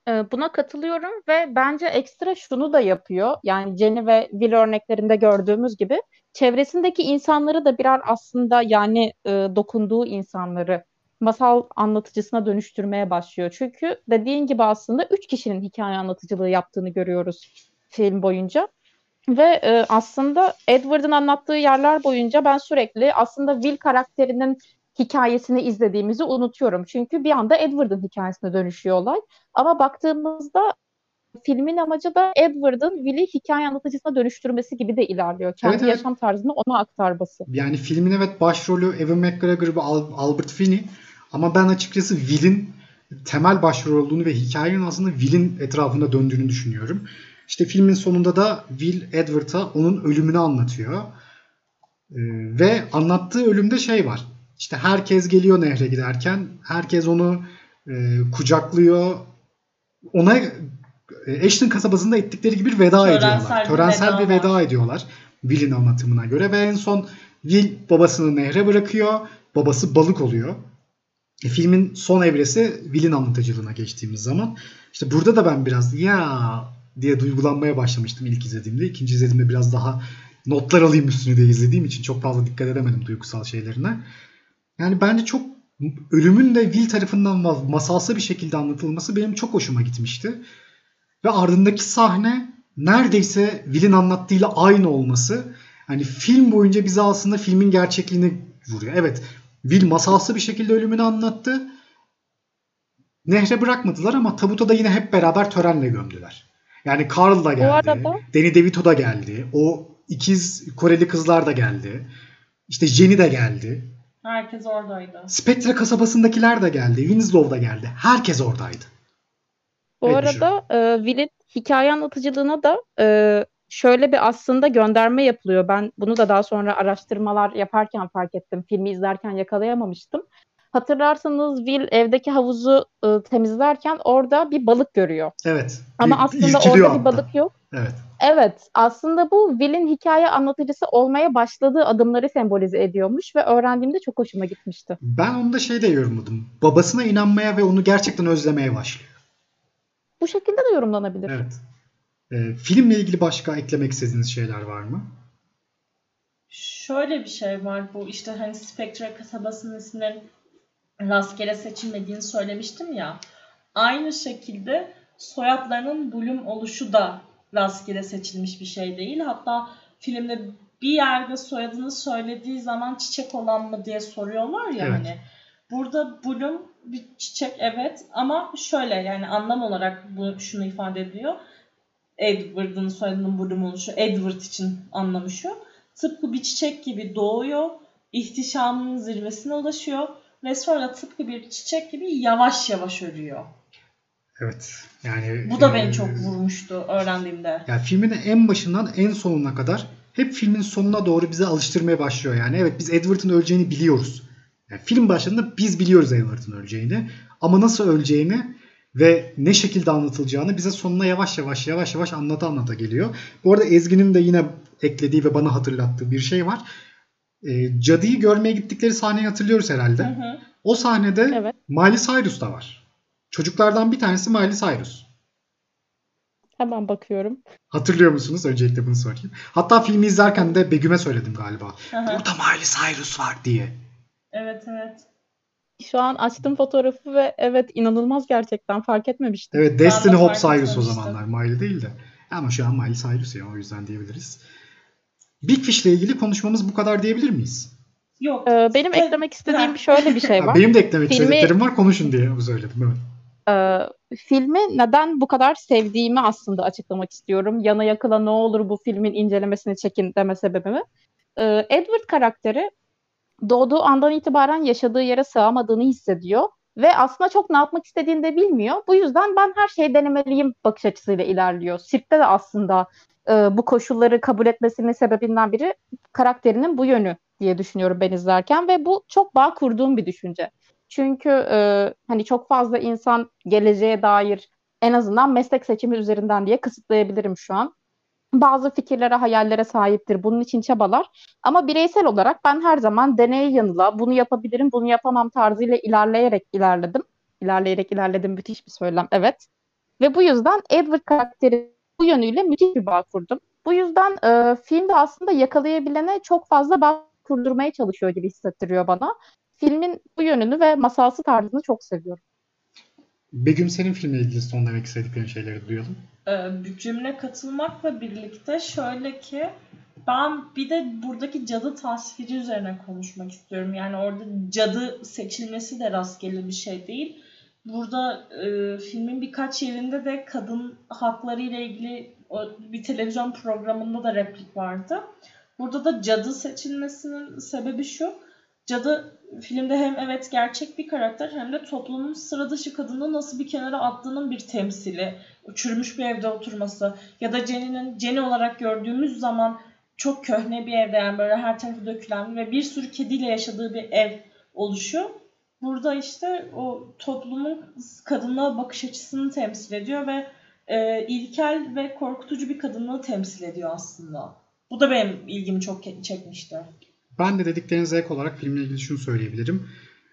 Ee, Buna katılıyorum ve bence ekstra şunu da yapıyor. Yani Jenny ve Will örneklerinde gördüğümüz gibi çevresindeki insanları da birer aslında yani e, dokunduğu insanları masal anlatıcısına dönüştürmeye başlıyor. Çünkü dediğin gibi aslında üç kişinin hikaye anlatıcılığı yaptığını görüyoruz film boyunca. Ve e, aslında Edward'ın anlattığı yerler boyunca ben sürekli aslında Will karakterinin hikayesini izlediğimizi unutuyorum. Çünkü bir anda Edward'ın hikayesine dönüşüyor olay. Ama baktığımızda filmin amacı da Edward'ın Will'i hikaye anlatıcısına dönüştürmesi gibi de ilerliyor. Evet, Kendi evet. yaşam tarzını ona aktarması. Yani filmin evet başrolü Ewan McGregor ve Al- Albert Finney, ama ben açıkçası Will'in temel başrol olduğunu ve hikayenin aslında Will'in etrafında döndüğünü düşünüyorum. İşte filmin sonunda da Will Edward'a onun ölümünü anlatıyor. Ee, ve anlattığı ölümde şey var. İşte herkes geliyor nehre giderken. Herkes onu e, kucaklıyor. Ona e, Ashton kasabasında ettikleri gibi bir veda Törensel ediyorlar. bir Törensel bir veda veda ediyorlar. Will'in anlatımına göre ve en son Will babasını nehre bırakıyor. Babası balık oluyor. E, filmin son evresi Will'in anlatıcılığına geçtiğimiz zaman. İşte burada da ben biraz ya diye duygulanmaya başlamıştım ilk izlediğimde. İkinci izlediğimde biraz daha notlar alayım üstüne diye izlediğim için çok fazla dikkat edemedim duygusal şeylerine. Yani bence çok ölümün de Will tarafından masalsı bir şekilde anlatılması benim çok hoşuma gitmişti. Ve ardındaki sahne neredeyse Will'in anlattığıyla aynı olması. Hani film boyunca bize aslında filmin gerçekliğini vuruyor. Evet, Will masalsı bir şekilde ölümünü anlattı. Nehre bırakmadılar ama tabuta da yine hep beraber törenle gömdüler. Yani Carl da Bu geldi. arada Danny DeVito da geldi. O ikiz Koreli kızlar da geldi. İşte Jenny de geldi. Herkes oradaydı. Spectre kasabasındakiler de geldi. Winslow da geldi. Herkes oradaydı. Bu Evet, Büşra. arada e, Will'in hikaye anlatıcılığına da e, şöyle bir aslında gönderme yapılıyor. Ben bunu da daha sonra araştırmalar yaparken fark ettim. Filmi izlerken yakalayamamıştım. Hatırlarsanız Will evdeki havuzu e, temizlerken orada bir balık görüyor. Evet. Ama Bir aslında irkiliyor orada bir hatta. balık yok. Evet. Evet, aslında bu Will'in hikaye anlatıcısı olmaya başladığı adımları sembolize ediyormuş ve öğrendiğimde çok hoşuma gitmişti. Ben onu da şey de yorumladım. Babasına inanmaya ve onu gerçekten özlemeye başlıyor. Bu şekilde de yorumlanabilir. Evet. Ee, filmle ilgili başka eklemek istediğiniz şeyler var mı? Şöyle bir şey var, bu işte hani Spectre kasabasının isminin rastgele seçilmediğini söylemiştim ya. Aynı şekilde soyadlarının Bloom oluşu da rastgele seçilmiş bir şey değil. Hatta filmde bir yerde soyadını söylediği zaman çiçek olan mı diye soruyorlar ya, Evet. hani. Burada Bloom bir çiçek, evet, ama şöyle, yani anlam olarak bu şunu ifade ediyor. Edward'ın soyadının Bloom oluşu Edward için anlamı şu. Tıpkı bir çiçek gibi doğuyor, ihtişamının zirvesine ulaşıyor ve sonra tıpkı bir çiçek gibi yavaş yavaş ölüyor. Evet. Yani Bu da e, beni çok vurmuştu öğrendiğimde. Yani filmin en başından en sonuna kadar hep filmin sonuna doğru bize alıştırmaya başlıyor. Yani evet, biz Edward'ın öleceğini biliyoruz. Yani film başında biz biliyoruz Edward'ın öleceğini. Ama nasıl öleceğini ve ne şekilde anlatılacağını bize sonuna yavaş yavaş yavaş yavaş anlata anlata geliyor. Bu arada Ezgi'nin de yine eklediği ve bana hatırlattığı bir şey var. E, cadıyı görmeye gittikleri sahneyi hatırlıyoruz herhalde. Hı hı. O sahnede Evet. Miley Cyrus da var. Çocuklardan bir tanesi Miley Cyrus. Hemen bakıyorum. Hatırlıyor musunuz? Öncelikle bunu sorayım. Hatta filmi izlerken de Begüm'e söyledim galiba. Hı hı. Burada Miley Cyrus var diye. Evet, evet. Şu an açtım fotoğrafı ve evet, inanılmaz, gerçekten fark etmemiştim. Evet, Destiny Ben de Hope fark Cyrus o etmemiştim. zamanlar. Miley değil de. Ama şu an Miley Cyrus ya, o yüzden diyebiliriz. Big Fish ile ilgili konuşmamız bu kadar diyebilir miyiz? Yok. Ee, benim Sen- eklemek istediğim Bırak. şöyle bir şey Ha, var. benim de eklemek Filmi- istediklerim var. Konuşun diye söyledim. Evet. Ee, filmi neden bu kadar sevdiğimi aslında açıklamak istiyorum. Yana yakıla ne olur bu filmin incelemesini çekin deme sebebimi. Ee, Edward karakteri doğduğu andan itibaren yaşadığı yere sığamadığını hissediyor ve aslında çok ne yapmak istediğini de bilmiyor. Bu yüzden ben her şeyi denemeliyim bakış açısıyla ilerliyor. Sirk'te de aslında e, bu koşulları kabul etmesinin sebebinden biri karakterinin bu yönü diye düşünüyorum ben izlerken ve bu çok bağ kurduğum bir düşünce. Çünkü e, hani çok fazla insan geleceğe dair en azından meslek seçimi üzerinden diye kısıtlayabilirim şu an. Bazı fikirlere, hayallere sahiptir. Bunun için çabalar. Ama bireysel olarak ben her zaman deneye yanıla, bunu yapabilirim, bunu yapamam tarzıyla ilerleyerek ilerledim. İlerleyerek ilerledim, müthiş bir söylem, evet. Ve bu yüzden Edward karakteri bu yönüyle müthiş bir bağ kurdum. Bu yüzden e, filmde aslında yakalayabilene çok fazla bağ kurdurmaya çalışıyor gibi hissettiriyor bana. Filmin bu yönünü ve masalsı tarzını çok seviyorum. Begüm, senin filmle ilgili son demek istediklerin şeyleri duyalım. Ee, bir cümle katılmakla birlikte şöyle ki ben bir de buradaki cadı tasviri üzerine konuşmak istiyorum. Yani orada cadı seçilmesi de rastgele bir şey değil. Burada e, filmin birkaç yerinde de kadın hakları ile ilgili o, bir televizyon programında da replik vardı. Burada da cadı seçilmesinin sebebi şu. Cadı filmde hem evet gerçek bir karakter hem de toplumun sıra dışı kadını nasıl bir kenara attığının bir temsili. Çürümüş bir evde oturması ya da Jenny'nin Jenny olarak gördüğümüz zaman çok köhne bir evde, yani böyle her tarafı dökülen ve bir sürü kediyle yaşadığı bir ev oluşuyor. Burada işte o toplumun kadınlığa bakış açısını temsil ediyor ve e, ilkel ve korkutucu bir kadınlığı temsil ediyor aslında. Bu da benim ilgimi çok çekmişti. Ben de dediklerinize ek olarak filmle ilgili şunu söyleyebilirim.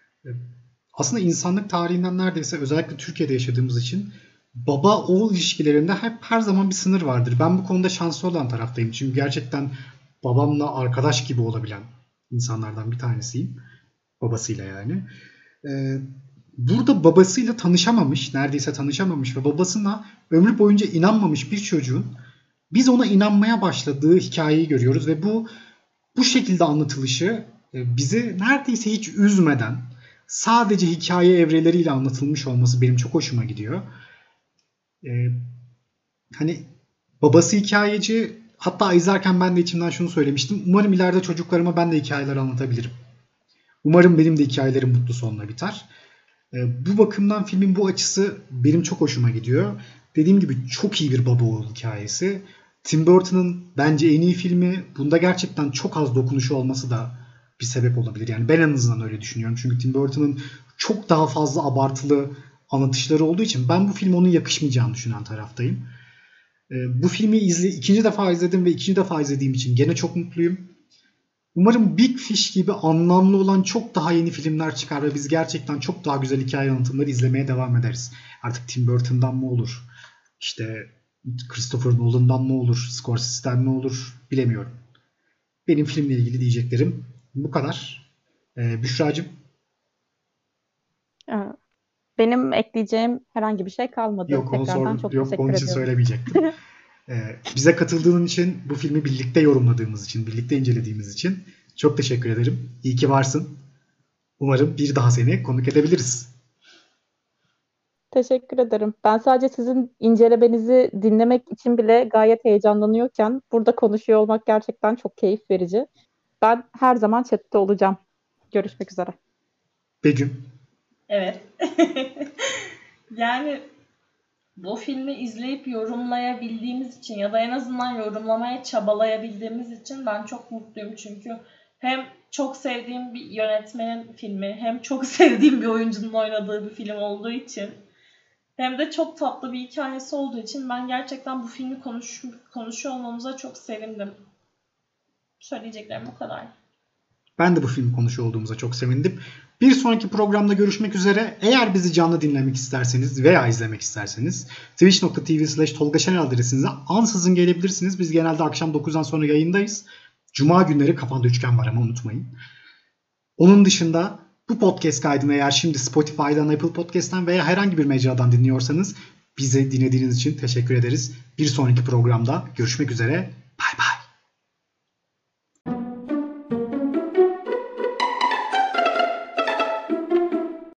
Aslında insanlık tarihinden neredeyse, özellikle Türkiye'de yaşadığımız için, baba oğul ilişkilerinde hep her zaman bir sınır vardır. Ben bu konuda şanslı olan taraftayım. Çünkü gerçekten babamla arkadaş gibi olabilen insanlardan bir tanesiyim. Babasıyla yani. Ee, burada babasıyla tanışamamış, neredeyse tanışamamış ve babasına ömrü boyunca inanmamış bir çocuğun biz ona inanmaya başladığı hikayeyi görüyoruz ve bu bu şekilde anlatılışı bizi neredeyse hiç üzmeden sadece hikaye evreleriyle anlatılmış olması benim çok hoşuma gidiyor. Ee, hani babası hikayeci, hatta izlerken ben de içimden şunu söylemiştim. Umarım ileride çocuklarıma ben de hikayeler anlatabilirim. Umarım benim de hikayelerim mutlu sonla biter. Ee, bu bakımdan filmin bu açısı benim çok hoşuma gidiyor. Dediğim gibi çok iyi bir baba oğul hikayesi. Tim Burton'ın bence en iyi filmi. Bunda gerçekten çok az dokunuşu olması da bir sebep olabilir. Yani ben en azından öyle düşünüyorum. Çünkü Tim Burton'ın çok daha fazla abartılı anlatışları olduğu için ben bu filme onun yakışmayacağını düşünen taraftayım. Ee, bu filmi izle, ikinci defa izledim ve ikinci defa izlediğim için gene çok mutluyum. Umarım Big Fish gibi anlamlı olan çok daha yeni filmler çıkar ve biz gerçekten çok daha güzel hikaye anlatımları izlemeye devam ederiz. Artık Tim Burton'dan mı olur? İşte Christopher Nolan'dan mı olur? Scorsese'den mi olur? Bilemiyorum. Benim filmle ilgili diyeceklerim bu kadar. Ee, Büşra'cığım? Benim ekleyeceğim herhangi bir şey kalmadı. Yok, onu, Tekrardan sor, çok yok, teşekkür onun için ediyorum. söylemeyecektim. ee, bize katıldığın için, bu filmi birlikte yorumladığımız için, birlikte incelediğimiz için çok teşekkür ederim. İyi ki varsın. Umarım bir daha seni konuk edebiliriz. Teşekkür ederim. Ben sadece sizin incelemenizi dinlemek için bile gayet heyecanlanıyorken burada konuşuyor olmak gerçekten çok keyif verici. Ben her zaman chatte olacağım. Görüşmek üzere. Begüm? Evet. Yani bu filmi izleyip yorumlayabildiğimiz için ya da en azından yorumlamaya çabalayabildiğimiz için ben çok mutluyum. Çünkü hem çok sevdiğim bir yönetmenin filmi, hem çok sevdiğim bir oyuncunun oynadığı bir film olduğu için, hem de çok tatlı bir hikayesi olduğu için ben gerçekten bu filmi konuş, konuşuyor olmamıza çok sevindim. Söyleyeceklerim bu kadar. Ben de bu filmi konuşuyor olduğumuza çok sevindim. Bir sonraki programda görüşmek üzere. Eğer bizi canlı dinlemek isterseniz veya izlemek isterseniz twitch nokta tv slash tolga şenel adresinize ansızın gelebilirsiniz. Biz genelde akşam dokuzdan sonra yayındayız. Cuma günleri kafanda üçgen var ama unutmayın. Onun dışında bu podcast kaydını eğer şimdi Spotify'dan, Apple Podcast'ten veya herhangi bir mecradan dinliyorsanız bizi dinlediğiniz için teşekkür ederiz. Bir sonraki programda görüşmek üzere. Bay bay.